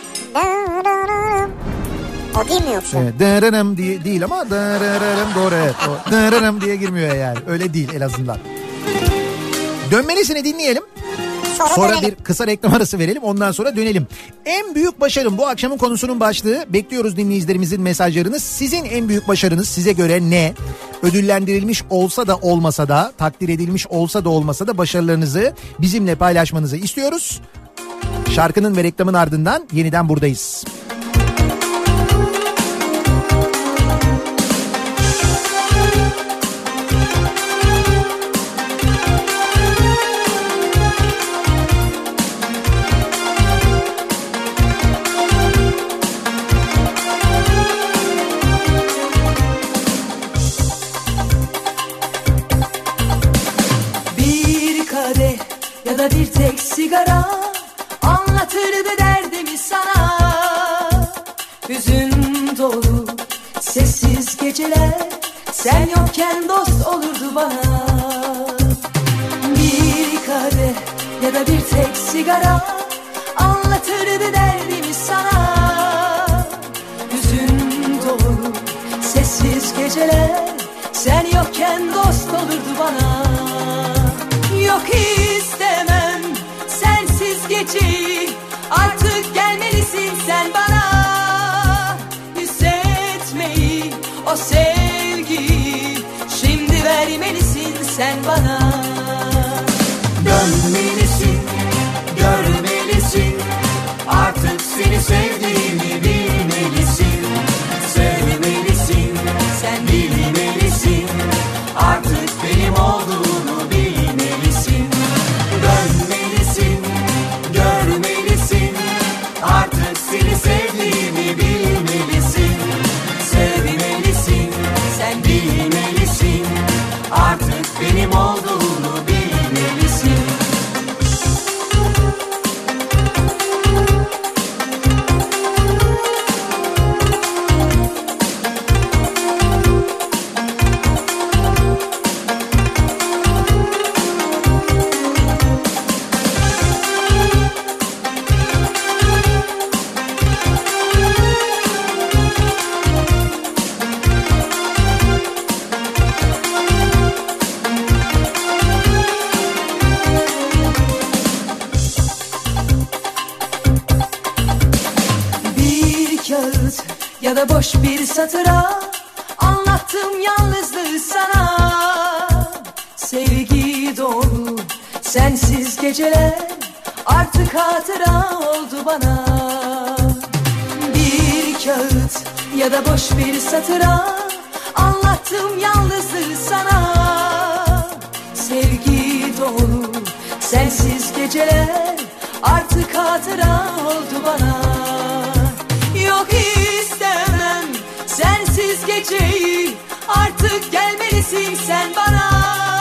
O değil mi yoksa? Dırırım diye değil ama doğru, evet. O dırırım diye girmiyor yani. Öyle değil en azından. Dönmelisini dinleyelim. Sonra bir kısa reklam arası verelim, ondan sonra dönelim. En büyük başarım bu akşamın konusunun başlığı. Bekliyoruz dinleyicilerimizin mesajlarını. Sizin en büyük başarınız size göre ne? Ödüllendirilmiş olsa da olmasa da, takdir edilmiş olsa da olmasa da başarılarınızı bizimle paylaşmanızı istiyoruz. Şarkının ve reklamın ardından yeniden buradayız. Ya da bir tek sigara anlatırdı derdimi sana. Hüzün dolu sessiz geceler, sen yokken dost olurdu bana. Bir kadeh ya da bir tek sigara anlatırdı derdimi sana. Hüzün dolu sessiz geceler, sen yokken dost olurdu bana. Yok istemem sensiz geceyi, artık gelmelisin sen bana. Hissetmeyi, o sevgiyi şimdi vermelisin sen bana. Dönmelisin, görmelisin, artık seni sevdiğimi bilmelisin. Sevmelisin, sen bilmelisin, artık benim olduğunu bilmelisin. Dönmelisin, görmelisin, ya da boş bir satıra anlattım yalnızlığı sana. Sevgi dolu sensiz geceler artık hatıra oldu bana. Bir kağıt ya da boş bir satıra anlattım yalnızlığı sana. Sevgi dolu sensiz geceler artık hatıra oldu bana. Yok istemem sensiz geceyi, artık gelmelisin sen bana.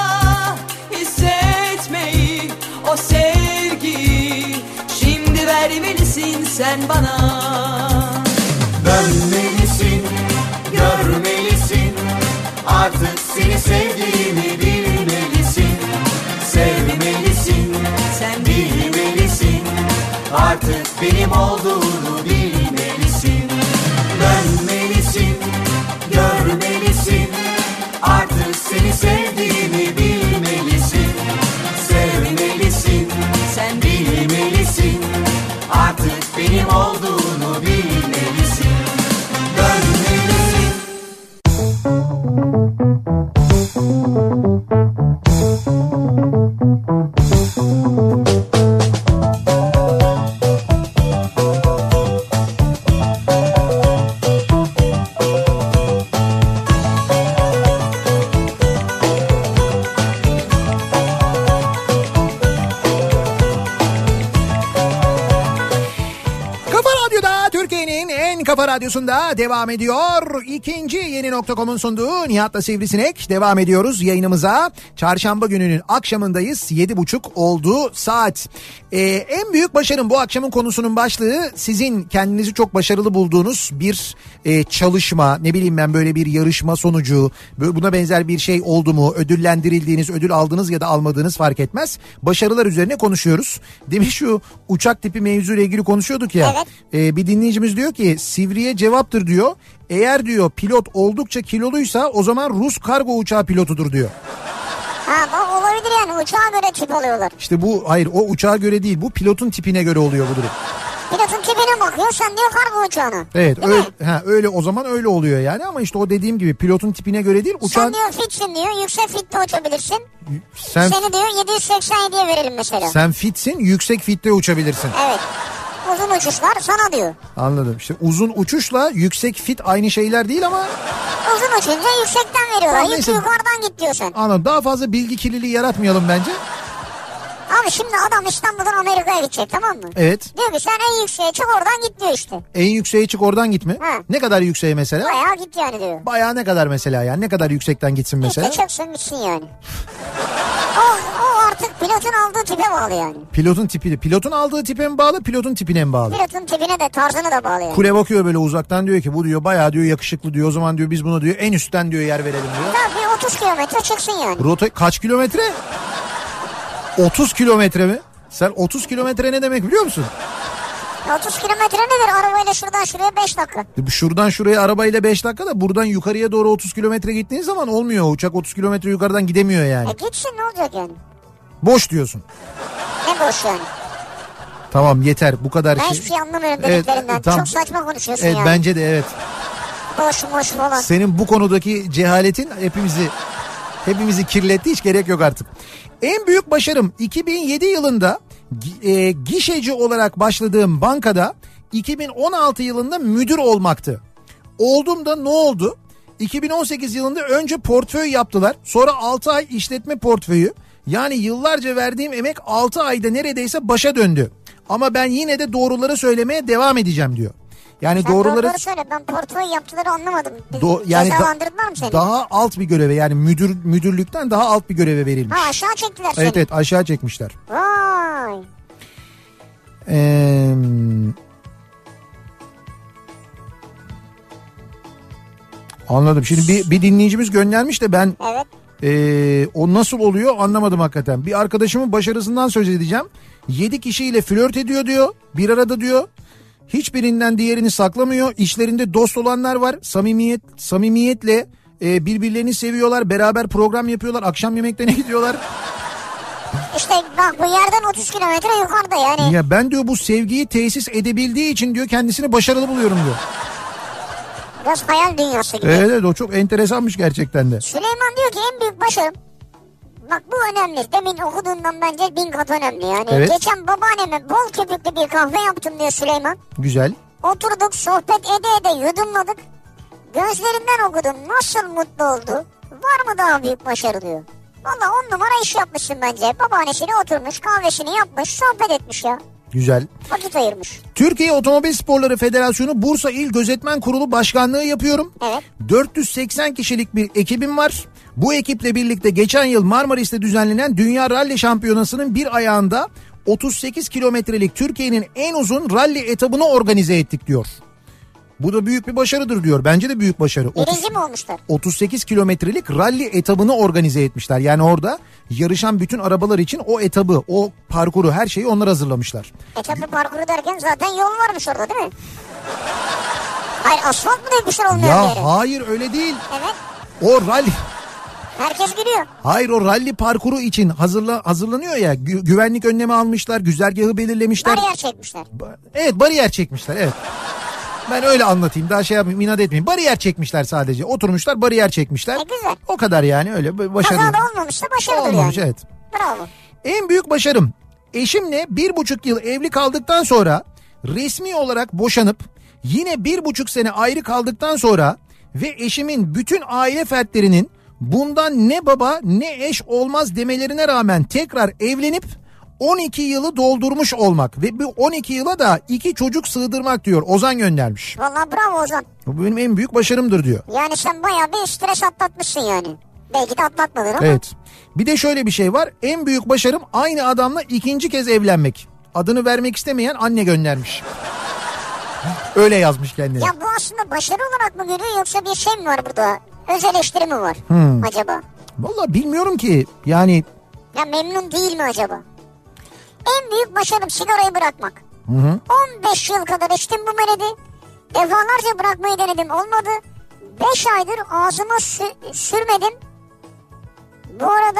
Hissetmeyi, o sevgiyi şimdi vermelisin sen bana. Dönmelisin, görmelisin, artık seni sevdiğimi bilmelisin. Sevmelisin, sen bilmelisin, artık benim olduğunu bilmelisin. Dönmelisin, görmelisin, artık seni sevdiğimi bilmelisin. Sevmelisin, sen bilmelisin, artık benim olduğunu bilmelisin. Dönmelisin. Kafa Radyosu'nda devam ediyor. İkinci yeni nokta.com'un sunduğu Nihat'la Sivrisinek devam ediyoruz yayınımıza. Çarşamba gününün akşamındayız. 7.30 oldu saat. En büyük başarım bu akşamın konusunun başlığı sizin kendinizi çok başarılı bulduğunuz bir çalışma, ne bileyim ben böyle bir yarışma sonucu, buna benzer bir şey oldu mu? Ödüllendirildiğiniz, ödül aldınız ya da almadığınız fark etmez. Başarılar üzerine konuşuyoruz. Demiş şu uçak tipi mevzuyla ilgili konuşuyorduk ya. Evet. Bir dinleyicimiz diyor ki Sivri'ye cevaptır diyor. Eğer diyor pilot oldukça kiloluysa o zaman Rus kargo uçağı pilotudur diyor. Ha bu olabilir yani, uçağa göre tip alıyorlar. İşte bu hayır, o uçağa göre değil, bu pilotun tipine göre oluyor bu durum. Pilotun tipine bakıyor, sen diyor kargo uçağına. Evet öyle o zaman öyle oluyor yani, ama işte o dediğim gibi pilotun tipine göre değil. Sen diyor fitsin diyor, yüksek fitte uçabilirsin. Seni diyor 787'ye verelim mesela. Sen fitsin, yüksek fitte uçabilirsin. Evet. Uzun uçuşlar sana diyor. Anladım. İşte uzun uçuşla yüksek fit aynı şeyler değil ama. Uzun uçunca yüksekten veriyorlar. Hiç neyse, yukarıdan git diyor sen. Anladım. Daha fazla bilgi kirliliği yaratmayalım bence. Abi şimdi adam İstanbul'dan Amerika'ya gidecek, tamam mı? Evet. Diyor ki sen en yükseğe çık, oradan git diyor işte. En yükseğe çık, oradan gitme. Ha. Ne kadar yükseğe mesela? Bayağı git yani diyor. Bayağı ne kadar mesela yani? Ne kadar yüksekten gitsin mesela? İşte çıksın gitsin yani. O artık pilotun aldığı tipe bağlı yani. Pilotun tipi, pilotun aldığı tipe mi bağlı, pilotun tipine mi bağlı? Pilotun tipine de, tarzına da bağlı yani. Kule bakıyor böyle uzaktan, diyor ki bu diyor bayağı diyor yakışıklı diyor, o zaman diyor biz buna diyor en üstten diyor yer verelim diyor. Tabii 30 kilometre çıksın yani. Rota kaç kilometre? 30 kilometre mi? Sen 30 kilometre ne demek biliyor musun? 30 kilometre nedir? Arabayla şuradan şuraya 5 dakika. Şuradan şuraya arabayla 5 dakika da buradan yukarıya doğru 30 kilometre gittiğin zaman olmuyor. Uçak 30 kilometre yukarıdan gidemiyor yani. Gitsin, ne olacak yani? Boş diyorsun. Ne boş yani? Tamam yeter, bu kadar Ben şey. hiçbir şey anlamıyorum dediklerinden. Tamam. Çok saçma konuşuyorsun evet, yani. Bence de evet. Boş falan. Senin bu konudaki cehaletin hepimizi kirletti, hiç gerek yok artık. En büyük başarım 2007 yılında gişeci olarak başladığım bankada 2016 yılında müdür olmaktı. Oldum da ne oldu? 2018 yılında önce portföy yaptılar. Sonra 6 ay işletme portföyü. Yani yıllarca verdiğim emek 6 ayda neredeyse başa döndü. Ama ben yine de doğruları söylemeye devam edeceğim diyor. Yani sen doğruları söyle, ben portföy yaptıkları anlamadım. Yani cezalandırdılar mı seni? Daha alt bir göreve, yani müdürlükten daha alt bir göreve verilmiş. Ha, aşağı çektiler seni. Evet aşağı çekmişler. Vay. Anladım. Şimdi bir dinleyicimiz göndermiş de ben evet. O nasıl oluyor anlamadım hakikaten. Bir arkadaşımın başarısından söz edeceğim. 7 kişiyle flört ediyor diyor. Bir arada diyor. Hiçbirinden diğerini saklamıyor. İşlerinde dost olanlar var. Samimiyetle birbirlerini seviyorlar. Beraber program yapıyorlar. Akşam yemeklerine gidiyorlar. İşte bak, bu yerden 30 kilometre yukarıda yani. Ya ben diyor bu sevgiyi tesis edebildiği için diyor kendisini başarılı buluyorum diyor. Biraz hayal dünyası gibi. Evet, o çok enteresanmış gerçekten de. Süleyman diyor ki en büyük başarım. Bak bu önemli. Demin okuduğundan bence 1000 kat önemli yani. Evet. Geçen babaanneme bol köpüklü bir kahve yaptım diyor Süleyman. Güzel. Oturduk sohbet ede yudumladık. Gözlerinden okudum. Nasıl mutlu oldu. Var mı daha büyük başarı diyor. Valla 10 numara iş yapmışsın bence. Babaannesiyle oturmuş, kahvesini yapmış, sohbet etmiş ya. Güzel. Vakit ayırmış. Türkiye Otomobil Sporları Federasyonu Bursa İl Gözetmen Kurulu Başkanlığı yapıyorum. Evet. 480 kişilik bir ekibim var. Bu ekiple birlikte geçen yıl Marmaris'te düzenlenen Dünya Rally Şampiyonası'nın bir ayağında 38 kilometrelik Türkiye'nin en uzun rally etabını organize ettik diyor. Bu da büyük bir başarıdır diyor. Bence de büyük başarı. Birinci mi olmuşlar? 38 kilometrelik rally etabını organize etmişler. Yani orada yarışan bütün arabalar için o etabı, o parkuru, her şeyi onlar hazırlamışlar. Etabı parkuru derken zaten yol varmış orada değil mi? Hayır, asfalt mı demişler olmayan bir yere? Hayır, öyle değil. Evet. O rally... Herkes gülüyor. Hayır, o rally parkuru için hazırlanıyor ya, güvenlik önlemi almışlar, güzergahı belirlemişler. Bariyer çekmişler. Evet, bariyer çekmişler, evet. Ben öyle anlatayım, daha şey yapmayayım, inat etmeyeyim. Bariyer çekmişler sadece, oturmuşlar bariyer çekmişler. Güzel. O kadar yani, öyle başarılı. Kaza da olmamışsa başarıdır Olmamış, yani. evet. Bravo. En büyük başarım, eşimle 1,5 yıl evli kaldıktan sonra resmi olarak boşanıp yine 1,5 sene ayrı kaldıktan sonra ve eşimin bütün aile fertlerinin bundan ne baba ne eş olmaz demelerine rağmen tekrar evlenip 12 yılı doldurmuş olmak ve bu 12 yıla da 2 çocuk sığdırmak diyor. Ozan göndermiş. Vallahi bravo Ozan. Bu benim en büyük başarımdır diyor. Yani sen bayağı bir stres atlatmışsın yani. Belki de atlatmadın ama. Evet. Bir de şöyle bir şey var. En büyük başarım aynı adamla 2. kez evlenmek. Adını vermek istemeyen anne göndermiş. Öyle yazmış kendine. Ya bu aslında başarı olarak mı görüyor yoksa bir şey mi var burada? Öz eleştiri mi var acaba? Vallahi bilmiyorum ki yani. Ya memnun değil mi acaba? En büyük başarım sigarayı bırakmak. 15 yıl kadar içtim bu meledi. Defalarca bırakmayı denedim, olmadı. 5 aydır ağzıma sürmedim. Bu arada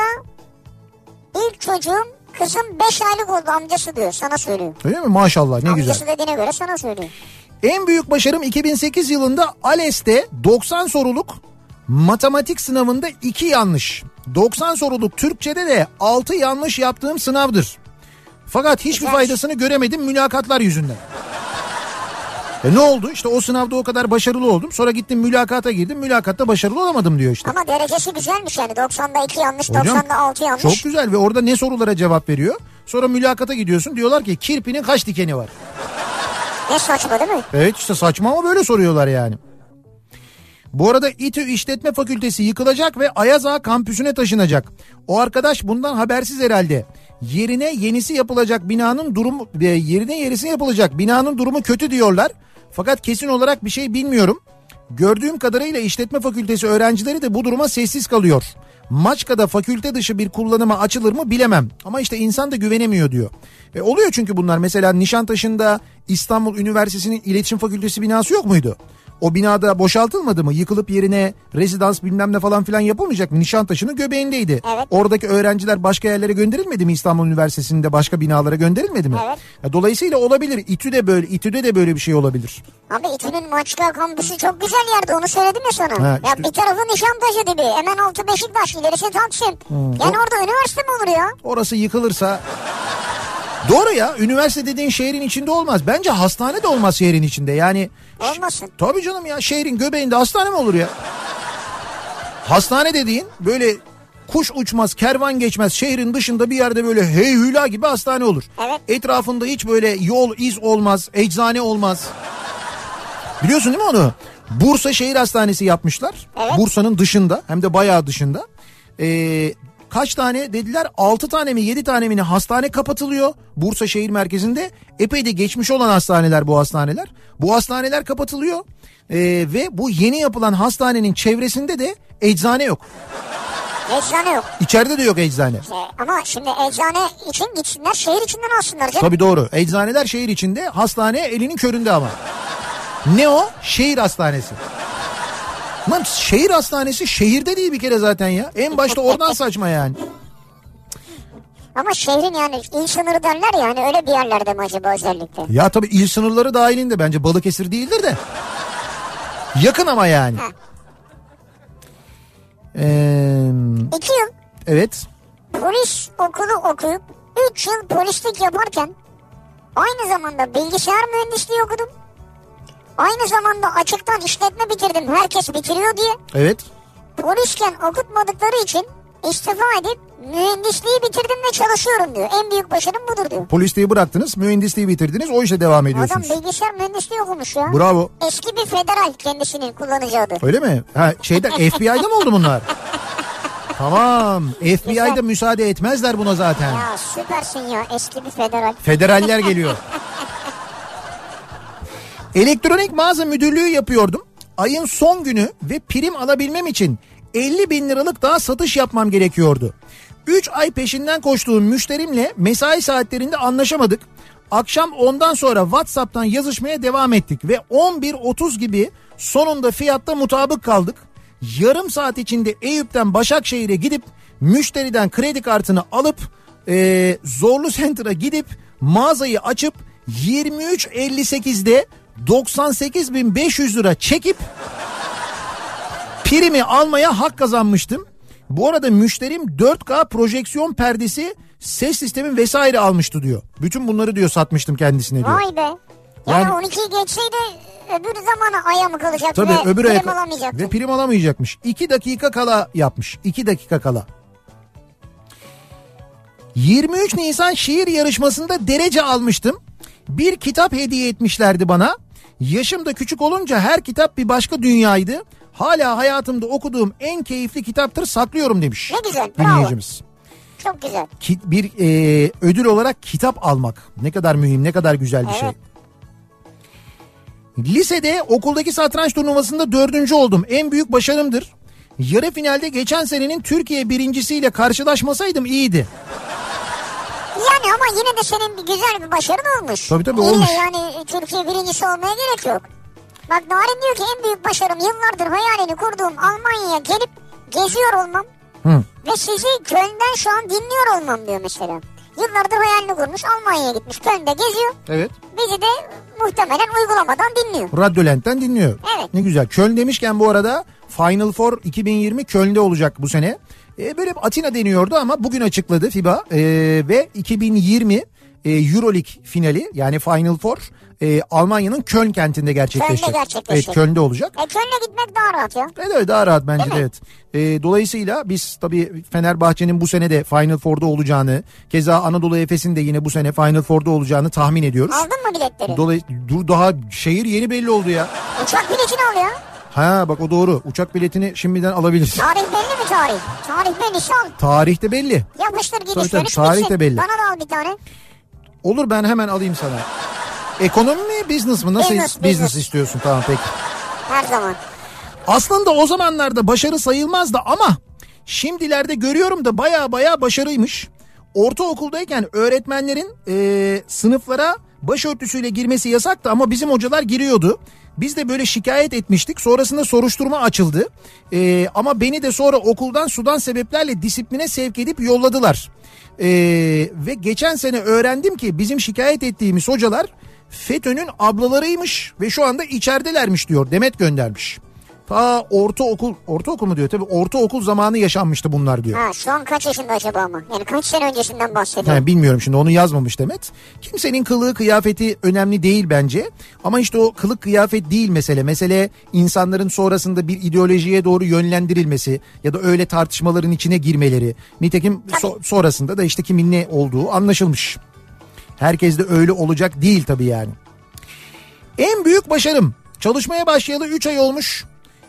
ilk çocuğum kızım 5 aylık oldu, amcası diyor, sana söylüyor. Öyle mi? Maşallah, ne amcası güzel. Amcası dediğine göre sana söylüyor. En büyük başarım 2008 yılında ALES'te 90 soruluk matematik sınavında 2 yanlış. 90 soruluk Türkçe'de de 6 yanlış yaptığım sınavdır. Fakat hiçbir faydasını göremedim mülakatlar yüzünden. Ne oldu? İşte o sınavda o kadar başarılı oldum. Sonra gittim mülakata girdim. Mülakatta başarılı olamadım diyor işte. Ama derecesi güzelmiş yani. 90'da 2 yanlış, hocam, 90'da 6 yanlış. Çok güzel ve orada ne sorulara cevap veriyor. Sonra mülakata gidiyorsun, diyorlar ki kirpinin kaç dikeni var? Ne saçma değil mi? Evet işte saçma ama böyle soruyorlar yani. Bu arada İTÜ İşletme Fakültesi yıkılacak ve Ayaz Ağa kampüsüne taşınacak. O arkadaş bundan habersiz herhalde. Yerine yenisini yapılacak binanın durumu kötü diyorlar. Fakat kesin olarak bir şey bilmiyorum. Gördüğüm kadarıyla İşletme Fakültesi öğrencileri de bu duruma sessiz kalıyor. Maçka'da fakülte dışı bir kullanıma açılır mı bilemem. Ama işte insan da güvenemiyor diyor. Oluyor çünkü bunlar. Mesela Nişantaşı'nda İstanbul Üniversitesi'nin İletişim Fakültesi binası yok muydu? O binada boşaltılmadı mı? Yıkılıp yerine rezidans bilmem ne falan filan yapılmayacak mı? Nişantaşı'nın göbeğindeydi. Evet. Oradaki öğrenciler başka yerlere gönderilmedi mi? İstanbul Üniversitesi'nde başka binalara gönderilmedi mi? Evet. Dolayısıyla olabilir. İTÜ'de de böyle bir şey olabilir. Abi İTÜ'nün Maçka kampüsü çok güzel yerde, onu söyledim ya sana. Ha, ya işte. bir tarafı Nişantaşı dibi, hemen altı Beşiktaş, ilerisi Taksim. Yani orada üniversite mi olur ya? Orası yıkılırsa... Doğru ya, üniversite dediğin şehrin içinde olmaz. Bence hastane de olmaz şehrin içinde. Yani olmasın. Tabii canım ya, şehrin göbeğinde hastane mi olur ya? Hastane dediğin böyle kuş uçmaz, kervan geçmez, şehrin dışında bir yerde böyle heyhüla gibi hastane olur. Evet. Etrafında hiç böyle yol, iz olmaz, eczane olmaz. Biliyorsun değil mi onu? Bursa Şehir Hastanesi yapmışlar. Evet. Bursa'nın dışında, hem de bayağı dışında. Kaç tane dediler, 6 tane mi 7 tane mi hastane kapatılıyor Bursa şehir merkezinde. Epey de geçmiş olan hastaneler bu hastaneler. Bu hastaneler kapatılıyor ve bu yeni yapılan hastanenin çevresinde de eczane yok. Eczane yok. İçeride de yok eczane. Ama şimdi eczane için gitsinler şehir içinden alsınlar canım. Tabii doğru, eczaneler şehir içinde, hastane elinin köründe ama. Ne o? Şehir hastanesi. Lan şehir hastanesi şehirde değil bir kere zaten ya. En başta oradan saçma yani. Ama şehrin yani il sınırı derler ya, hani öyle bir yerlerde mi acaba özellikle? Ya tabii il sınırları dahilinde, bence Balıkesir değildir de. Yakın ama yani. 2 yıl. Evet. Polis okulu okuyup 3 yıl polislik yaparken aynı zamanda bilgisayar mühendisliği okudum. Aynı zamanda açıktan işletme bitirdim. Herkes bitiriyor diye. Evet. Polisken okutmadıkları için istifa edip mühendisliği bitirdim ve çalışıyorum diyor. En büyük başarım budur diyor. Polisliği bıraktınız, mühendisliği bitirdiniz, o işe devam ediyorsunuz. Adam bilgisayar mühendisliği okumuş ya. Bravo. Eski bir federal kendisinin kullanıcı adı. Öyle mi? Ha, FBI'da mı oldu bunlar? Tamam. FBI'da müsaade etmezler buna zaten. Ya süpersin ya, eski bir federal. Federaller geliyor. Elektronik mağaza müdürlüğü yapıyordum. Ayın son günü ve prim alabilmem için 50 bin liralık daha satış yapmam gerekiyordu. 3 ay peşinden koştuğum müşterimle mesai saatlerinde anlaşamadık. Akşam 10'dan sonra WhatsApp'tan yazışmaya devam ettik ve 11.30 gibi sonunda fiyatta mutabık kaldık. Yarım saat içinde Eyüp'ten Başakşehir'e gidip müşteriden kredi kartını alıp Zorlu Center'a gidip mağazayı açıp 23.58'de 98.500 lira çekip primi almaya hak kazanmıştım. Bu arada müşterim 4K projeksiyon perdesi, ses sistemi vesaire almıştı diyor. Bütün bunları diyor satmıştım kendisine diyor. Vay be. Yani 12'yi geçseydi öbür zamana aya mı kalacaktı tabii, ve prim alamayacaktı. Ve prim alamayacakmış. 2 dakika kala yapmış. 2 dakika kala. 23 Nisan şiir yarışmasında derece almıştım. Bir kitap hediye etmişlerdi bana. Yaşım da küçük olunca her kitap bir başka dünyaydı. Hala hayatımda okuduğum en keyifli kitaptır, saklıyorum demiş. Ne güzel, bravo. Dinleyicimiz. Çok güzel. Bir ödül olarak kitap almak ne kadar mühim, ne kadar güzel bir şey. Lisede okuldaki satranç turnuvasında 4. oldum. En büyük başarımdır. Yarı finalde geçen senenin Türkiye birincisiyle karşılaşmasaydım iyiydi. Yani ama yine de senin bir güzel bir başarın olmuş. Tabii olmuş. Yani Türkiye birincisi olmaya gerek yok. Bak Narin diyor ki en büyük başarım yıllardır hayalini kurduğum Almanya'ya gelip geziyor olmam. Ve sizi Köln'den şu an dinliyor olmam diyor mesela. Yıllardır hayalini kurmuş, Almanya'ya gitmiş, Köln'de geziyor. Evet. Bizi de muhtemelen uygulamadan dinliyor. Radyolent'ten dinliyor. Evet. Ne güzel. Köln demişken bu arada Final Four 2020 Köln'de olacak bu sene. Böyle Atina deniyordu ama bugün açıkladı FIBA ve 2020 Euroleague finali yani Final Four Almanya'nın Köln kentinde gerçekleşecek. Köln'de gerçekleşecek. Evet, Köln'de olacak. Köln'e gitmek daha rahat ya. Evet, daha rahat bence de, evet. Dolayısıyla biz tabii Fenerbahçe'nin bu sene de Final Four'da olacağını, keza Anadolu Efes'in de yine bu sene Final Four'da olacağını tahmin ediyoruz. Aldın mı biletleri? Dur daha şehir yeni belli oldu ya. Uçak biletini al ya. Ha bak o doğru. Uçak biletini şimdiden alabilirsin. Tarih belli mi tarih? Tarih belli al. Tarih de belli. Yapıştır gidiş tabii, dönüş tarih bitsin. de belli. Bana da al bir tane. Olur, ben hemen alayım sana. Ekonomi mi, business mı? Nasıl business istiyorsun? Tamam peki. Her zaman. Aslında o zamanlarda başarı sayılmazdı ama şimdilerde görüyorum da baya başarıymış. Ortaokuldayken öğretmenlerin sınıflara başörtüsüyle girmesi yasaktı ama bizim hocalar giriyordu. Biz de böyle şikayet etmiştik. Sonrasında soruşturma açıldı. Ama beni de sonra okuldan sudan sebeplerle disipline sevk edip yolladılar. Ve geçen sene öğrendim ki bizim şikayet ettiğimiz hocalar FETÖ'nün ablalarıymış ve şu anda içeridelermiş diyor. Demet göndermiş. Ta ortaokul mu diyor, tabii ortaokul zamanı yaşanmıştı bunlar diyor. Ha, şu an kaç yaşında acaba ama? Yani kaç sene öncesinden bahsediyor? Bilmiyorum şimdi, onu yazmamış Demet. Kimsenin kılığı kıyafeti önemli değil bence. Ama işte o kılık kıyafet değil mesele. Mesele insanların sonrasında bir ideolojiye doğru yönlendirilmesi ya da öyle tartışmaların içine girmeleri. Nitekim sonrasında da işte kimin ne olduğu anlaşılmış. Herkes de öyle olacak değil tabii yani. En büyük başarım, çalışmaya başlayalı 3 ay olmuş.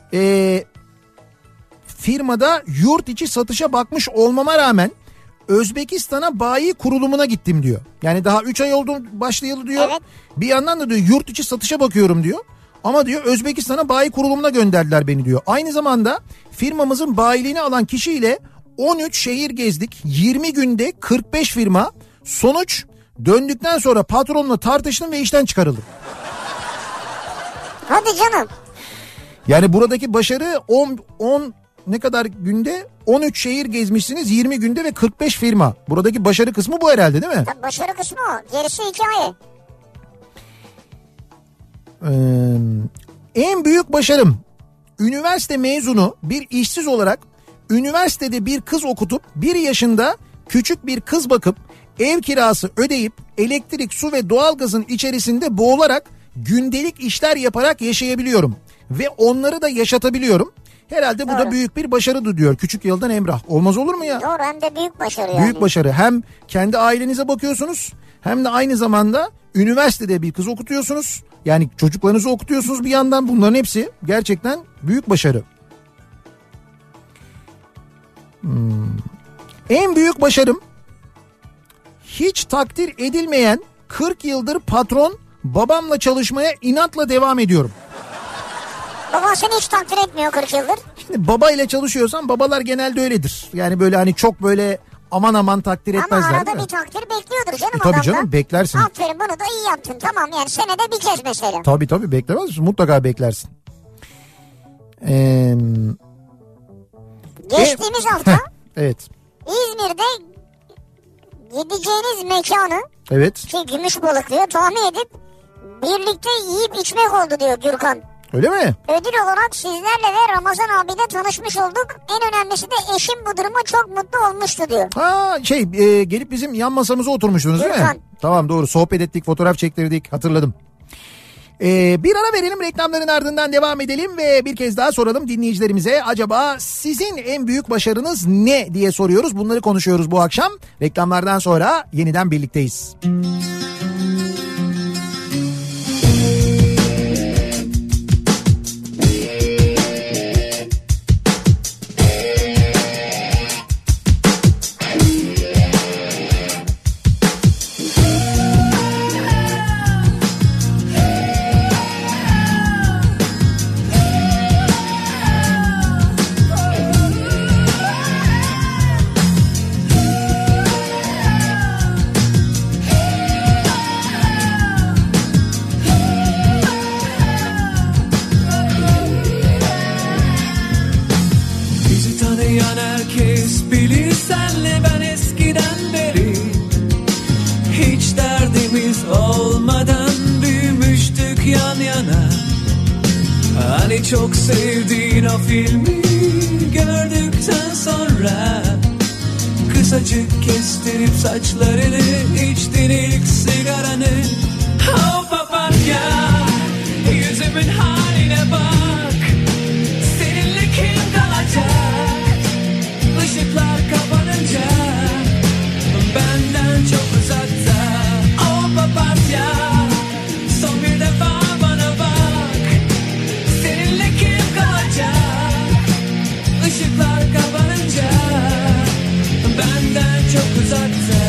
Firmada yurt içi satışa bakmış olmama rağmen Özbekistan'a bayi kurulumuna gittim diyor. Yani daha 3 ay oldu başlayalı diyor. Evet. Bir yandan da diyor yurt içi satışa bakıyorum diyor. Ama diyor Özbekistan'a bayi kurulumuna gönderdiler beni diyor. Aynı zamanda firmamızın bayiliğini alan kişiyle 13 şehir gezdik. 20 günde 45 firma. Sonuç, döndükten sonra patronla tartıştım ve işten çıkarıldım. Hadi canım. Yani buradaki başarı 10 ne kadar günde? 13 şehir gezmişsiniz 20 günde ve 45 firma. Buradaki başarı kısmı bu herhalde değil mi? Tabii başarı kısmı o. Gerisi hikaye. En büyük başarım üniversite mezunu bir işsiz olarak üniversitede bir kız okutup 1 yaşında küçük bir kız bakıp ev kirası ödeyip elektrik, su ve doğalgazın içerisinde boğularak gündelik işler yaparak yaşayabiliyorum. Ve onları da yaşatabiliyorum. Herhalde bu da büyük bir başarıdır diyor Küçük Yıldan Emrah. Olmaz olur mu ya? Doğru, hem de büyük başarı yani. Büyük başarı. Hem kendi ailenize bakıyorsunuz hem de aynı zamanda üniversitede bir kız okutuyorsunuz. Yani çocuklarınızı okutuyorsunuz bir yandan, bunların hepsi gerçekten büyük başarı. En büyük başarım hiç takdir edilmeyen 40 yıldır patron babamla çalışmaya inatla devam ediyorum. Baban seni hiç takdir etmiyor 40 yıldır. Şimdi babayla çalışıyorsan babalar genelde öyledir. Yani böyle hani çok böyle aman aman takdir etmezler. Ama arada bir takdir bekliyordur canım tabii adamdan. Canım beklersin. Aferin, bunu da iyi yaptın, tamam, yani senede bir kez mesela. Tabii beklemez misin? Mutlaka beklersin. Geçtiğimiz hafta evet. İzmir'de gideceğiniz mekanı, evet, Gümüşbalık diyor, tahmin edip birlikte yiyip içmek oldu diyor Gürkan. Öyle mi? Ödül olarak sizlerle ve Ramazan abiyle tanışmış olduk. En önemlisi de eşim bu duruma çok mutlu olmuştu diyor. Ha gelip bizim yan masamıza oturmuştunuz değil mi? Tamam, doğru, sohbet ettik, fotoğraf çektirdik, hatırladım. Bir ara verelim, reklamların ardından devam edelim ve bir kez daha soralım dinleyicilerimize. Acaba sizin en büyük başarınız ne diye soruyoruz. Bunları konuşuyoruz bu akşam. Reklamlardan sonra yeniden birlikteyiz. Çok sevdiğin o filmi gördükten sonra kısacık kestirip saçlarını, içtin ilk sigaranı. Oh papatya, yüzümün haline bak, seninle kim kalacak? Işıklar kapanınca benden çok uzakta. Oh papatya, son bir defa Işıklar kapanınca benden çok uzakta.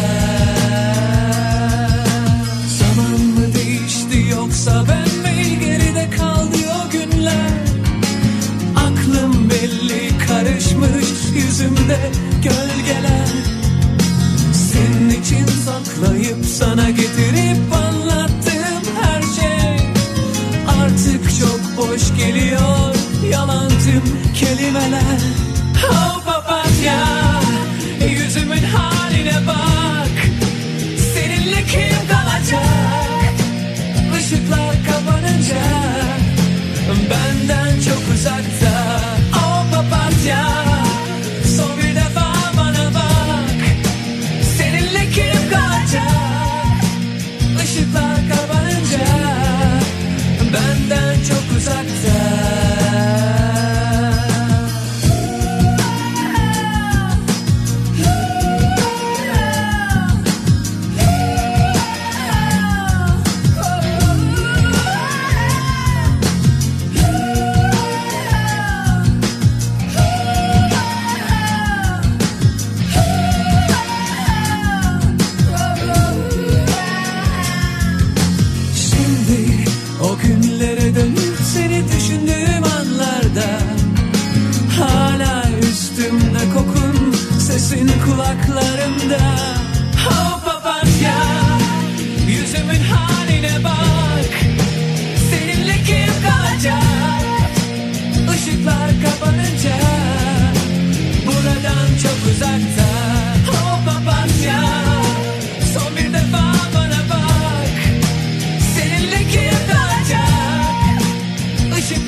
Zaman mı değişti yoksa ben mi, geride kaldı o günler? Aklım belli karışmış, yüzümde gölgeler. Senin için saklayıp sana getirip anlattığım her şey artık çok boş geliyor, yalan tüm kelimeler. Oh papatya, yüzümün haline bak, seninle kim kalacak? Işıklar kapanınca benden çok uzakta. Oh papatya, son bir defa bana bak, seninle kim kalacak? Işıklar kapanınca benden çok uzakta. Sesin kulaklarımda. Oh papatya, yüzümün haline bak, seninle kim kalacak? Işıklar kapanınca buradan çok uzakta. Oh papatya, son bir defa bana bak, seninle kim kalacak? Işıklar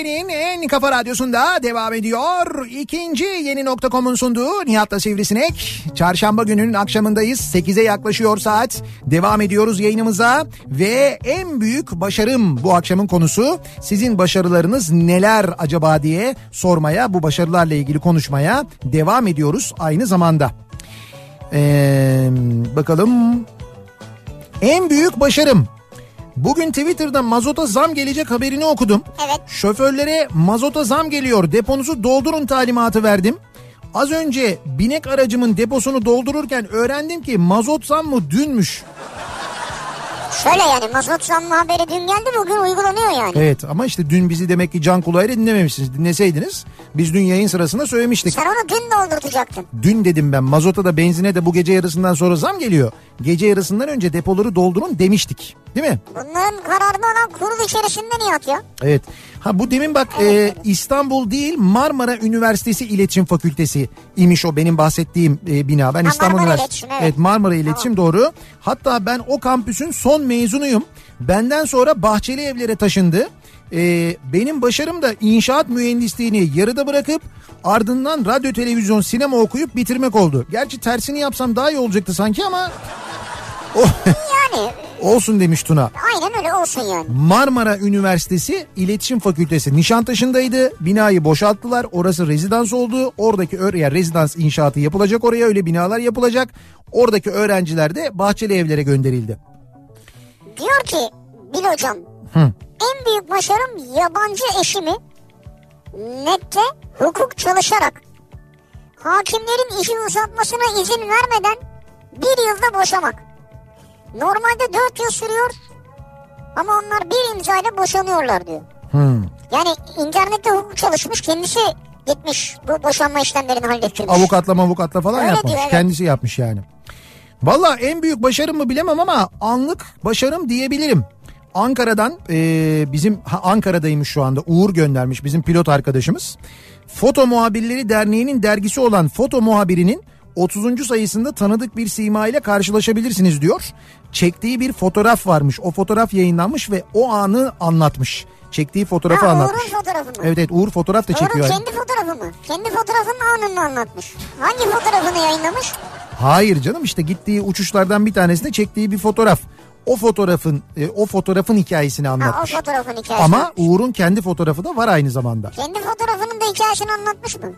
Türkiye'nin en kafa radyosunda devam ediyor. İkinci yeni nokta.com'un sunduğu Nihat'la Sivrisinek. Çarşamba gününün akşamındayız. 8'e yaklaşıyor saat. Devam ediyoruz yayınımıza. Ve en büyük başarım bu akşamın konusu. Sizin başarılarınız neler acaba diye sormaya, bu başarılarla ilgili konuşmaya devam ediyoruz aynı zamanda. Bakalım. En büyük başarım. Bugün Twitter'da mazota zam gelecek haberini okudum. Evet. Şoförlere mazota zam geliyor, deponuzu doldurun talimatı verdim. Az önce binek aracımın deposunu doldururken öğrendim ki mazot zammı dünmüş. Şöyle yani mazot zammı haberi dün geldi, bugün uygulanıyor yani. Evet ama işte dün bizi demek ki can kulağıyla dinlememişsiniz. Dinleseydiniz biz dün yayın sırasında söylemiştik. Sen onu dün doldurtacaktın. Dün dedim ben, mazota da benzine de bu gece yarısından sonra zam geliyor. Gece yarısından önce depoları doldurun demiştik. Değil mi? Bunların kararını alan kurul içerisinde Nihat ya. Evet. Ha bu demin bak evet. İstanbul değil Marmara Üniversitesi İletişim Fakültesi imiş o benim bahsettiğim bina. Ben İstanbul Üniversitesi. Evet Marmara İletişim, tamam. Doğru. Hatta ben o kampüsün son mezunuyum. Benden sonra Bahçeli Evler'e taşındı. Benim başarım da inşaat mühendisliğini yarıda bırakıp ardından radyo, televizyon, sinema okuyup bitirmek oldu. Gerçi tersini yapsam daha iyi olacaktı sanki ama... Yani... Olsun demiş Tuna. Aynen öyle olsun yani. Marmara Üniversitesi İletişim Fakültesi Nişantaşı'ndaydı. Binayı boşalttılar. Orası rezidans oldu. Oradaki rezidans inşaatı yapılacak oraya. Öyle binalar yapılacak. Oradaki öğrenciler de Bahçeli Evler'e gönderildi. Diyor ki Bil hocam. En büyük başarım yabancı eşimi nette hukuk çalışarak hakimlerin işi uzatmasına izin vermeden bir yılda boşamak. Normalde 4 yıl sürüyor ama onlar bir imzayla boşanıyorlar diyor. Yani internette hukuk çalışmış, kendisi gitmiş bu boşanma işlemlerini hallettirmiş. Avukatla falan öyle yapmamış. Diyor, evet. Kendisi yapmış yani. Valla en büyük başarım mı bilemem ama anlık başarım diyebilirim. Ankara'dan bizim Ankara'daymış şu anda, Uğur göndermiş, bizim pilot arkadaşımız. Foto Muhabirleri Derneği'nin dergisi olan Foto Muhabiri'nin 30. sayısında tanıdık bir sima ile karşılaşabilirsiniz diyor. Çektiği bir fotoğraf varmış. O fotoğraf yayınlanmış ve o anı anlatmış. Çektiği fotoğrafı anlatmış. Uğur'un fotoğrafı mı? Evet Uğur fotoğraf da çekiyor. Uğur'un kendi fotoğrafı mı? Kendi fotoğrafının anını anlatmış. Hangi fotoğrafını yayınlamış? Hayır canım, işte gittiği uçuşlardan bir tanesinde çektiği bir fotoğraf. O fotoğrafın hikayesini anlatmış. O fotoğrafın hikayesini ama anlatmış. Uğur'un kendi fotoğrafı da var aynı zamanda. Kendi fotoğrafının da hikayesini anlatmış mı?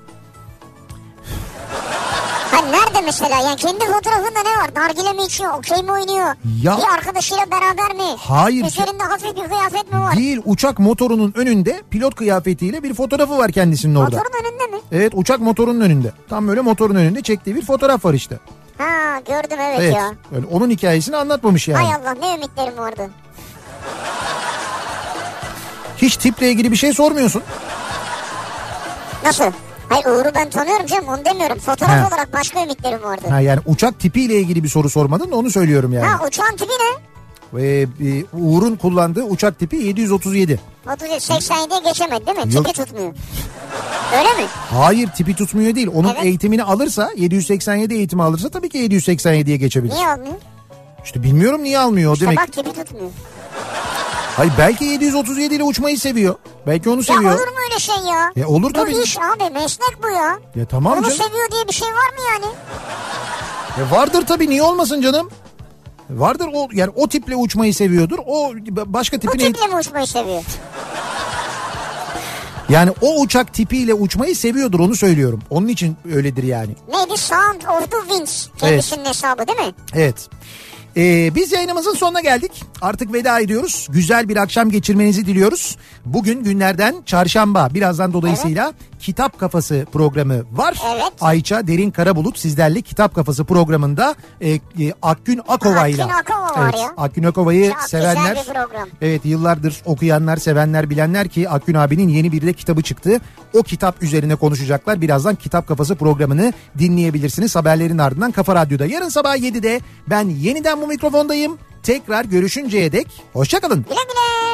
Ha nerede mesela? Yani kendi fotoğrafında ne var? Nargile mi içiyor? Okey mi oynuyor? Ya, bir arkadaşıyla beraber mi? Hayır. Üzerinde hafif bir kıyafet mi var? Değil, uçak motorunun önünde pilot kıyafetiyle bir fotoğrafı var kendisinin orada. Motorun önünde mi? Evet, uçak motorunun önünde. Tam böyle motorun önünde çektiği bir fotoğraf var işte. Ha gördüm evet ya. Öyle, onun hikayesini anlatmamış yani. Hay Allah, ne ümitlerim vardı. Hiç tiple ilgili bir şey sormuyorsun. Nasıl? Hayır, Uğur'u ben tanıyorum canım, onu demiyorum. Fotoğraf olarak başka ümitlerim vardı. Ha, yani uçak tipiyle ilgili bir soru sormadın da onu söylüyorum yani. Ha, uçağın tipi ne? Uğur'un kullandığı uçak tipi 737. 87'ye geçemedi değil mi? Tipi tutmuyor. Öyle mi? Hayır, tipi tutmuyor değil. Onun evet. Eğitimini alırsa, 787 eğitimi alırsa tabii ki 787'ye geçebilir. Niye almıyor? İşte bilmiyorum niye almıyor. İşte demek. Bak tipi tutmuyor. Hayır, belki 737 ile uçmayı seviyor. Belki onu seviyor. Ya olur mu öyle şey ya? Olur tabii. Bu iş abi, meslek bu ya. Ya tamam onu canım. seviyor diye bir şey var mı yani? Vardır tabii, niye olmasın canım? Vardır, o yani o tiple uçmayı seviyordur. O başka tipine... Bu tiple mi uçmayı seviyor? Yani o uçak tipiyle uçmayı seviyordur, onu söylüyorum. Onun için öyledir yani. Neydi? Sound of the Winds. Kendisinin hesabı değil mi? Evet. Biz yayınımızın sonuna geldik. Artık veda ediyoruz. Güzel bir akşam geçirmenizi diliyoruz. Bugün günlerden çarşamba. Birazdan dolayısıyla Kitap Kafası programı var. Evet. Ayça Derin Karabulut sizlerle Kitap Kafası programında Akgün Akova'yla. Akgün Akova var ya. Akgün Akova'yı çok sevenler. Güzel bir program. Evet, yıllardır okuyanlar, sevenler, bilenler ki Akgün abinin yeni bir de kitabı çıktı. O kitap üzerine konuşacaklar. Birazdan Kitap Kafası programını dinleyebilirsiniz. Haberlerin ardından Kafa Radyo'da. Yarın sabah 7'de ben yeniden bu mikrofondayım. Tekrar görüşünceye dek hoşça kalın. Güle güle.